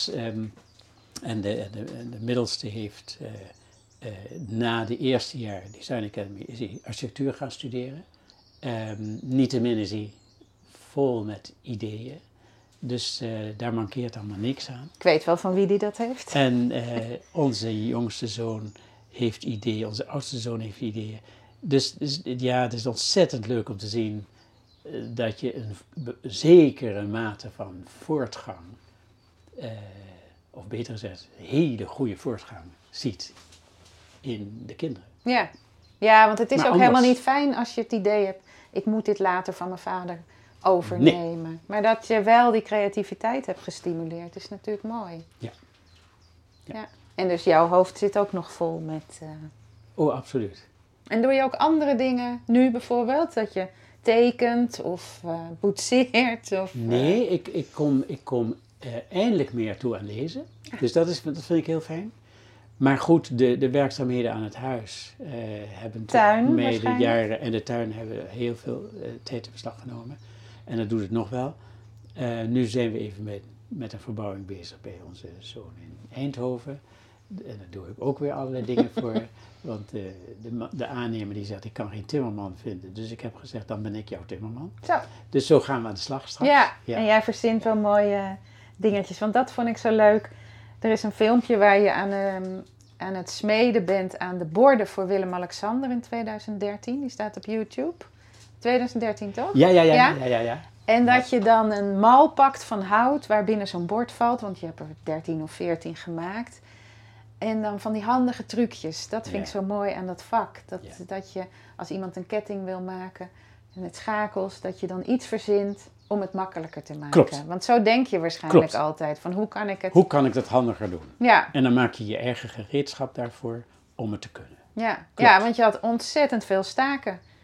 de middelste heeft na de eerste jaar Design Academy is hij architectuur gaan studeren. Niettemin is hij vol met ideeën. Dus daar mankeert allemaal niks aan. Ik weet wel van wie die dat heeft. En onze jongste zoon heeft ideeën, onze oudste zoon heeft ideeën. Dus ja, het is ontzettend leuk om te zien dat je een zekere mate van voortgang, of beter gezegd, hele goede voortgang ziet in de kinderen. Ja. Ja, want het is Maar ook anders. helemaal niet fijn als je het idee hebt, ik moet dit later van mijn vader overnemen. Nee. Maar dat je wel die creativiteit hebt gestimuleerd, is natuurlijk mooi. Ja. Ja. En dus jouw hoofd zit ook nog vol met... Oh, absoluut. En doe je ook andere dingen nu bijvoorbeeld? Dat je tekent of boetseert? Of, Nee, ik kom eindelijk meer toe aan lezen. Dus dat vind ik heel fijn. Maar goed, de werkzaamheden aan het huis hebben tuin, mij de jaren en de tuin hebben heel veel tijd in beslag genomen. En dat doet het nog wel. Nu zijn we even met een verbouwing bezig bij onze zoon in Eindhoven. En daar doe ik ook weer allerlei dingen voor. Want de aannemer die zegt, ik kan geen timmerman vinden. Dus ik heb gezegd, dan ben ik jouw timmerman. Zo. Dus zo gaan we aan de slag straks. Ja, en jij verzint wel mooie dingetjes. Want dat vond ik zo leuk. Er is een filmpje waar je aan het smeden bent aan de borden voor Willem-Alexander in 2013. Die staat op YouTube. 2013 toch? Ja. En dat je dan een mal pakt van hout waarbinnen zo'n bord valt. Want je hebt er 13 of 14 gemaakt. En dan van die handige trucjes. Dat vind ik zo mooi aan dat vak. Dat je, als iemand een ketting wil maken met schakels, dat je dan iets verzint om het makkelijker te maken. Klopt. Want zo denk je waarschijnlijk altijd. Van hoe kan ik het... Hoe kan ik dat handiger doen? Ja. En dan maak je je eigen gereedschap daarvoor om het te kunnen. Ja, want je had ontzettend veel staken.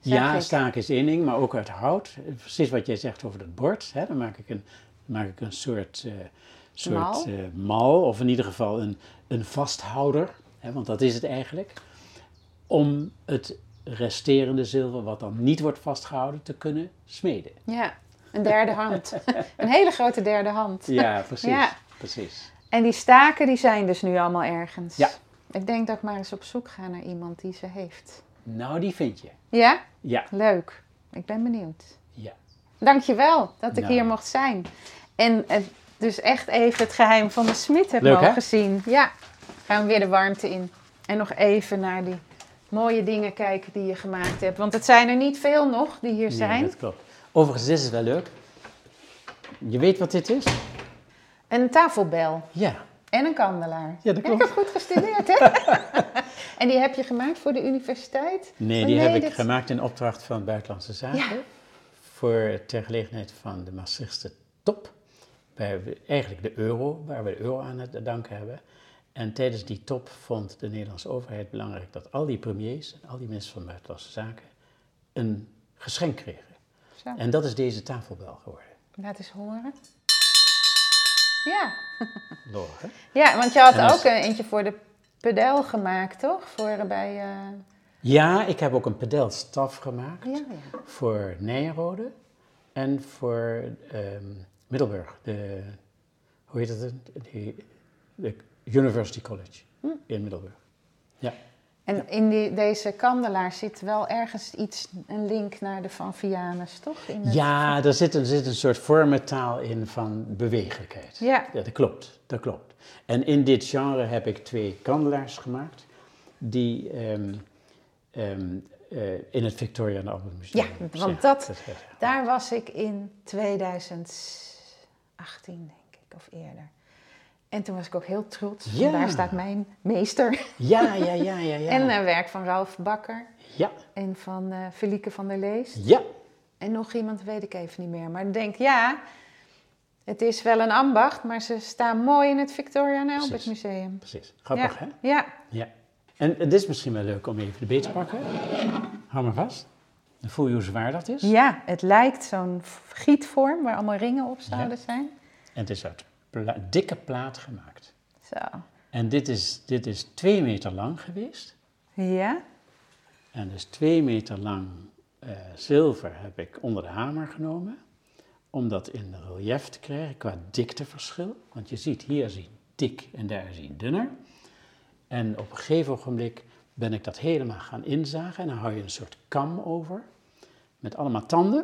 Ja, ik. staak is één ding, maar ook uit hout. Precies wat jij zegt over het bord. Hè? Dan maak ik een soort Mal? mal, of in ieder geval een vasthouder. Hè? Want dat is het eigenlijk. Om het resterende zilver, wat dan niet wordt vastgehouden, te kunnen smeden. Ja, een derde hand. Een hele grote derde hand. Ja, precies. Ja. Precies. En die staken die zijn dus nu allemaal ergens. Ja. Ik denk dat ik maar eens op zoek ga naar iemand die ze heeft. Nou, die vind je. Ja? Ja. Leuk. Ik ben benieuwd. Ja. Dankjewel dat ik Nou. hier mocht zijn. En dus echt even het geheim van de smid heb Leuk, hè? mogen zien. Ja. Gaan we weer de warmte in. En nog even naar die mooie dingen kijken die je gemaakt hebt. Want het zijn er niet veel nog die hier zijn. Nee, dat klopt. Overigens, dit is wel leuk. Je weet wat dit is? Een tafelbel. Ja. En een kandelaar. Ja, dat Ik klopt. heb goed gestudeerd, hè? En die heb je gemaakt voor de universiteit? Nee, Oh, die heb ik dit- gemaakt in opdracht van Buitenlandse Zaken. Ja. Ter gelegenheid van de Maastrichtse top. Eigenlijk de euro, waar we de euro aan te danken hebben. En tijdens die top vond de Nederlandse overheid belangrijk dat al die premiers en al die ministers van Buitenlandse Zaken een geschenk kregen. Zo, En dat is deze tafelbel geworden. laat eens horen. Ja. Lol, hè? Ja, want je had En als- ook eentje voor de pedel gemaakt, toch? Voor bij... Ja, ik heb ook een pedelstaf gemaakt Ja. voor Nijenrode en voor Middelburg. Hoe heet het? De University College in Middelburg. Ja. En in deze kandelaar zit wel ergens een link naar de Van Vianus, toch? Ja, er zit een soort vormentaal in van bewegelijkheid. Ja. Dat klopt, dat klopt. En in dit genre heb ik 2 kandelaars gemaakt die in het Victoria and Albert Museum Ja, zijn. want dat- is heel erg. Daar was ik in 2018, denk ik, of eerder. En toen was ik ook heel trots. Ja. En daar staat mijn meester. Ja. En werk van Ralf Bakker. Ja, En van Felieke van der Leest. ja. En nog iemand weet ik even niet meer. Maar ik denk, ja, het is wel een ambacht, maar ze staan mooi in het Victoria and Albert Precies. Museum. Precies. Grappig, ja. hè? Ja. Ja. En dit is misschien wel leuk om even de beet te pakken. Hou maar vast. Dan voel je hoe zwaar dat is. Ja, het lijkt zo'n gietvorm waar allemaal ringen op zouden zijn. En het is uit dikke plaat gemaakt. Zo. En dit is 2 meter lang geweest. Ja. En dus 2 meter lang zilver heb ik onder de hamer genomen. Om dat in relief te krijgen qua dikteverschil. Want je ziet, hier zie je dik en daar zie je dunner. En op een gegeven ogenblik ben ik dat helemaal gaan inzagen. En dan hou je een soort kam over. Met allemaal tanden.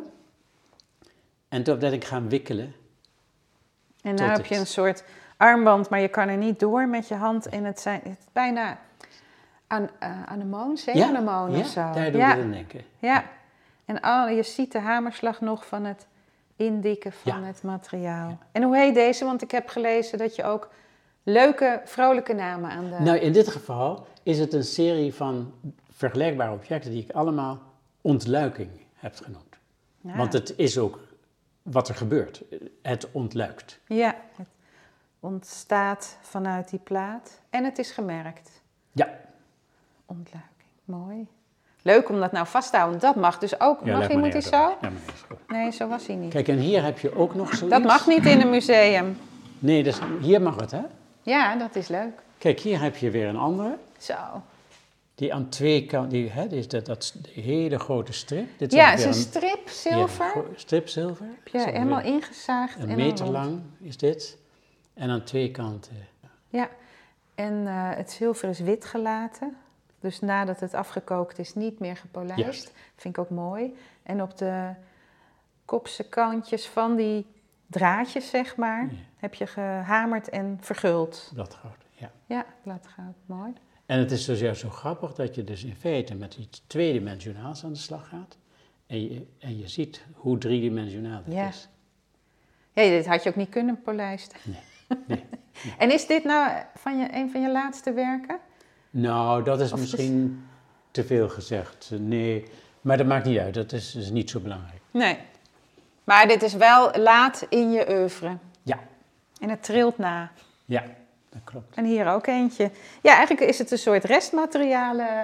En toen ben ik gaan wikkelen. En Tot nu heb je het- een soort armband, maar je kan er niet door met je hand. En het is bijna anemoon, zeeanemoon ja, of zo. daar doe ja. ik aan denken. Ja. En je ziet de hamerslag nog van het indikken van Ja. het materiaal. Ja. En hoe heet deze? Want ik heb gelezen dat je ook leuke, vrolijke namen aan de... Nou, in dit geval is het een serie van vergelijkbare objecten die ik allemaal ontluiking heb genoemd. Ja. Want het is ook wat er gebeurt. Het ontluikt. Ja, het ontstaat vanuit die plaat. En het is gemerkt. Ja. Ontluiking, mooi. Leuk om dat nou vast te houden. Dat mag dus ook. Ja, Mag leg iemand maar die neer, zo? Ja, maar nee, is goed. Nee, zo was hij niet. Kijk, en hier heb je ook nog zoiets. Dat mag niet in een museum. Nee, dus hier mag het, hè? Ja, dat is leuk. Kijk, hier heb je weer een andere. Zo. Die aan 2 kanten, die is dat die hele grote strip. Dit Ja, weer het is een strip zilver. Strip zilver. Heb je Zo helemaal weer ingezaagd. een en meter rond. lang is dit. En aan 2 kanten. Ja, en het zilver is wit gelaten. Dus nadat het afgekookt is, niet meer gepolijst. Juist. Vind ik ook mooi. En op de kopse kantjes van die draadjes, zeg maar, Ja. heb je gehamerd en verguld. Bladgoud, ja. Ja, bladgoud, mooi. En het is dus juist zo grappig dat je dus in feite met iets tweedimensionaals aan de slag gaat. En je ziet hoe driedimensionaal het Ja. is. Ja, dit had je ook niet kunnen polijsten. Nee. En is dit nou een van je laatste werken? Nou, dat is Of misschien te veel gezegd. Nee, maar dat maakt niet uit. Dat is niet zo belangrijk. Nee. Maar dit is wel laat in je oeuvre. Ja, En het trilt na. ja, dat klopt. En hier ook eentje. Ja, eigenlijk is het een soort restmaterialen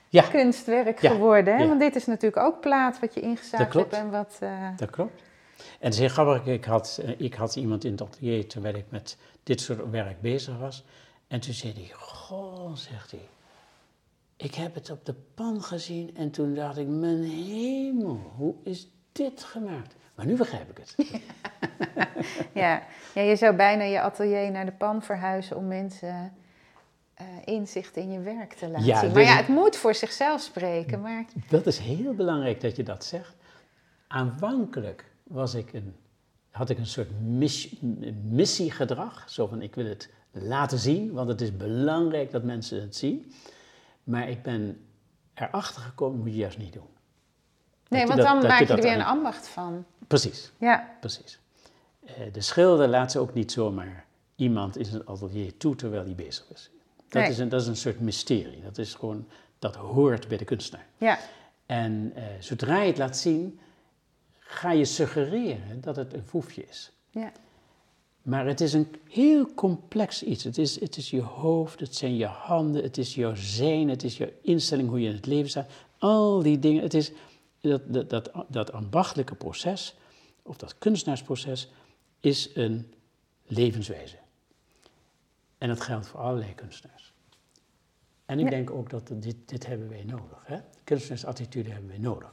kunstwerk Ja, geworden. Hè? ja. Want dit is natuurlijk ook plaat wat je ingezaagd Dat klopt. hebt. En wat, Dat klopt. En het is heel grappig, ik had iemand in het atelier terwijl ik met dit soort werk bezig was. En toen zei hij, goh, zegt hij, ik heb het op de pan gezien en toen dacht ik, mijn hemel, hoe is dit gemaakt? Maar nu begrijp ik het. ja, je zou bijna je atelier naar de pan verhuizen om mensen inzicht in je werk te laten Ja, zien. dus- Maar het moet voor zichzelf spreken. Maar Dat is heel belangrijk dat je dat zegt. Aanvankelijk had ik een soort missiegedrag. Zo van, ik wil het laten zien, want het is belangrijk dat mensen het zien. Maar ik ben erachter gekomen, moet je juist niet doen. nee, je want dat- dan dat maak je je er dat weer een aan- ambacht van. Precies, Ja, precies. De schilder laat ze ook niet zomaar iemand in zijn atelier toe terwijl hij bezig is. Nee. Dat is een soort mysterie. Dat is gewoon, dat hoort bij de kunstenaar. ja, En zodra je het laat zien, ga je suggereren dat het een foefje is. ja. Maar het is een heel complex iets. Het is je hoofd, het zijn je handen, het is jouw zijn, het is jouw instelling, hoe je in het leven staat. Al die dingen. Het is dat ambachtelijke proces, of dat kunstenaarsproces, is een levenswijze. En dat geldt voor allerlei kunstenaars. En ik Ja. denk ook dat dit hebben wij nodig. Hè? Kunstenaarsattitude hebben wij nodig.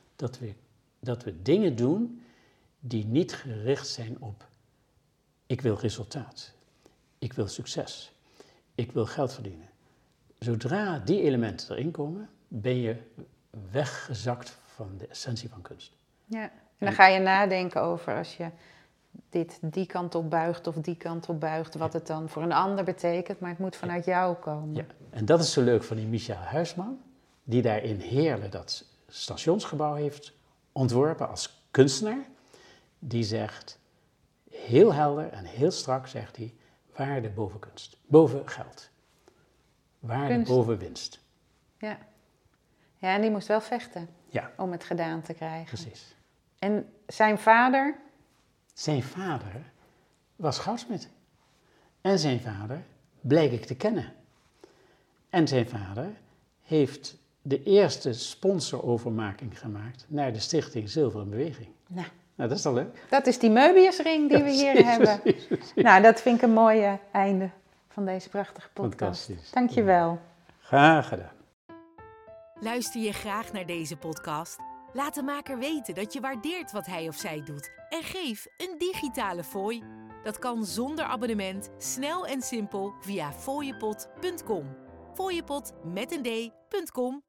Dat we dingen doen die niet gericht zijn op ik wil resultaat, ik wil succes, ik wil geld verdienen. Zodra die elementen erin komen, ben je weggezakt van de essentie van kunst. Ja, en dan ga je nadenken over als je dit die kant op buigt of die kant op buigt, wat het dan voor een ander betekent, maar het moet vanuit jou komen. Ja. En dat is zo leuk van die Michael Huisman, die daar in Heerlen dat stationsgebouw heeft ontworpen als kunstenaar. Die zegt, heel helder en heel strak zegt hij, waarde boven kunst, boven geld. Waarde Kunst. boven winst. Ja. Ja, en die moest wel vechten Ja, om het gedaan te krijgen. precies. En zijn vader, Zijn vader was goudsmid. En zijn vader bleek ik te kennen. En zijn vader heeft de eerste sponsorovermaking gemaakt naar de stichting Zilveren Beweging. nou, Nou, dat is toch leuk? dat is die Möbiusring die we hier hebben. Nou, dat vind ik een mooie einde van deze prachtige podcast. Fantastisch. Dankjewel. Graag gedaan. Luister je graag naar deze podcast? Laat de maker weten dat je waardeert wat hij of zij doet en geef een digitale fooi. Dat kan zonder abonnement, snel en simpel via fooiepot.com. Fooiepot met een d.com.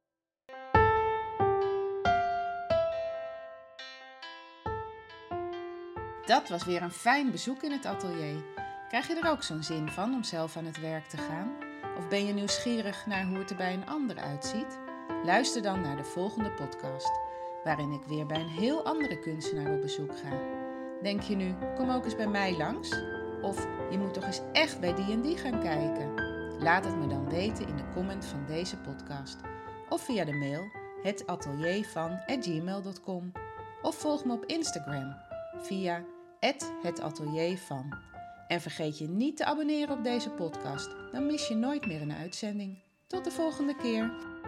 Dat was weer een fijn bezoek in het atelier. Krijg je er ook zo'n zin van om zelf aan het werk te gaan? Of ben je nieuwsgierig naar hoe het er bij een ander uitziet? Luister dan naar de volgende podcast, waarin ik weer bij een heel andere kunstenaar op bezoek ga. Denk je nu, kom ook eens bij mij langs? Of je moet toch eens echt bij die en die gaan kijken? Laat het me dan weten in de comment van deze podcast. Of via de mail hetateliervan@gmail.com. Of volg me op Instagram via @hetateliervan. En vergeet je niet te abonneren op deze podcast, dan mis je nooit meer een uitzending. Tot de volgende keer!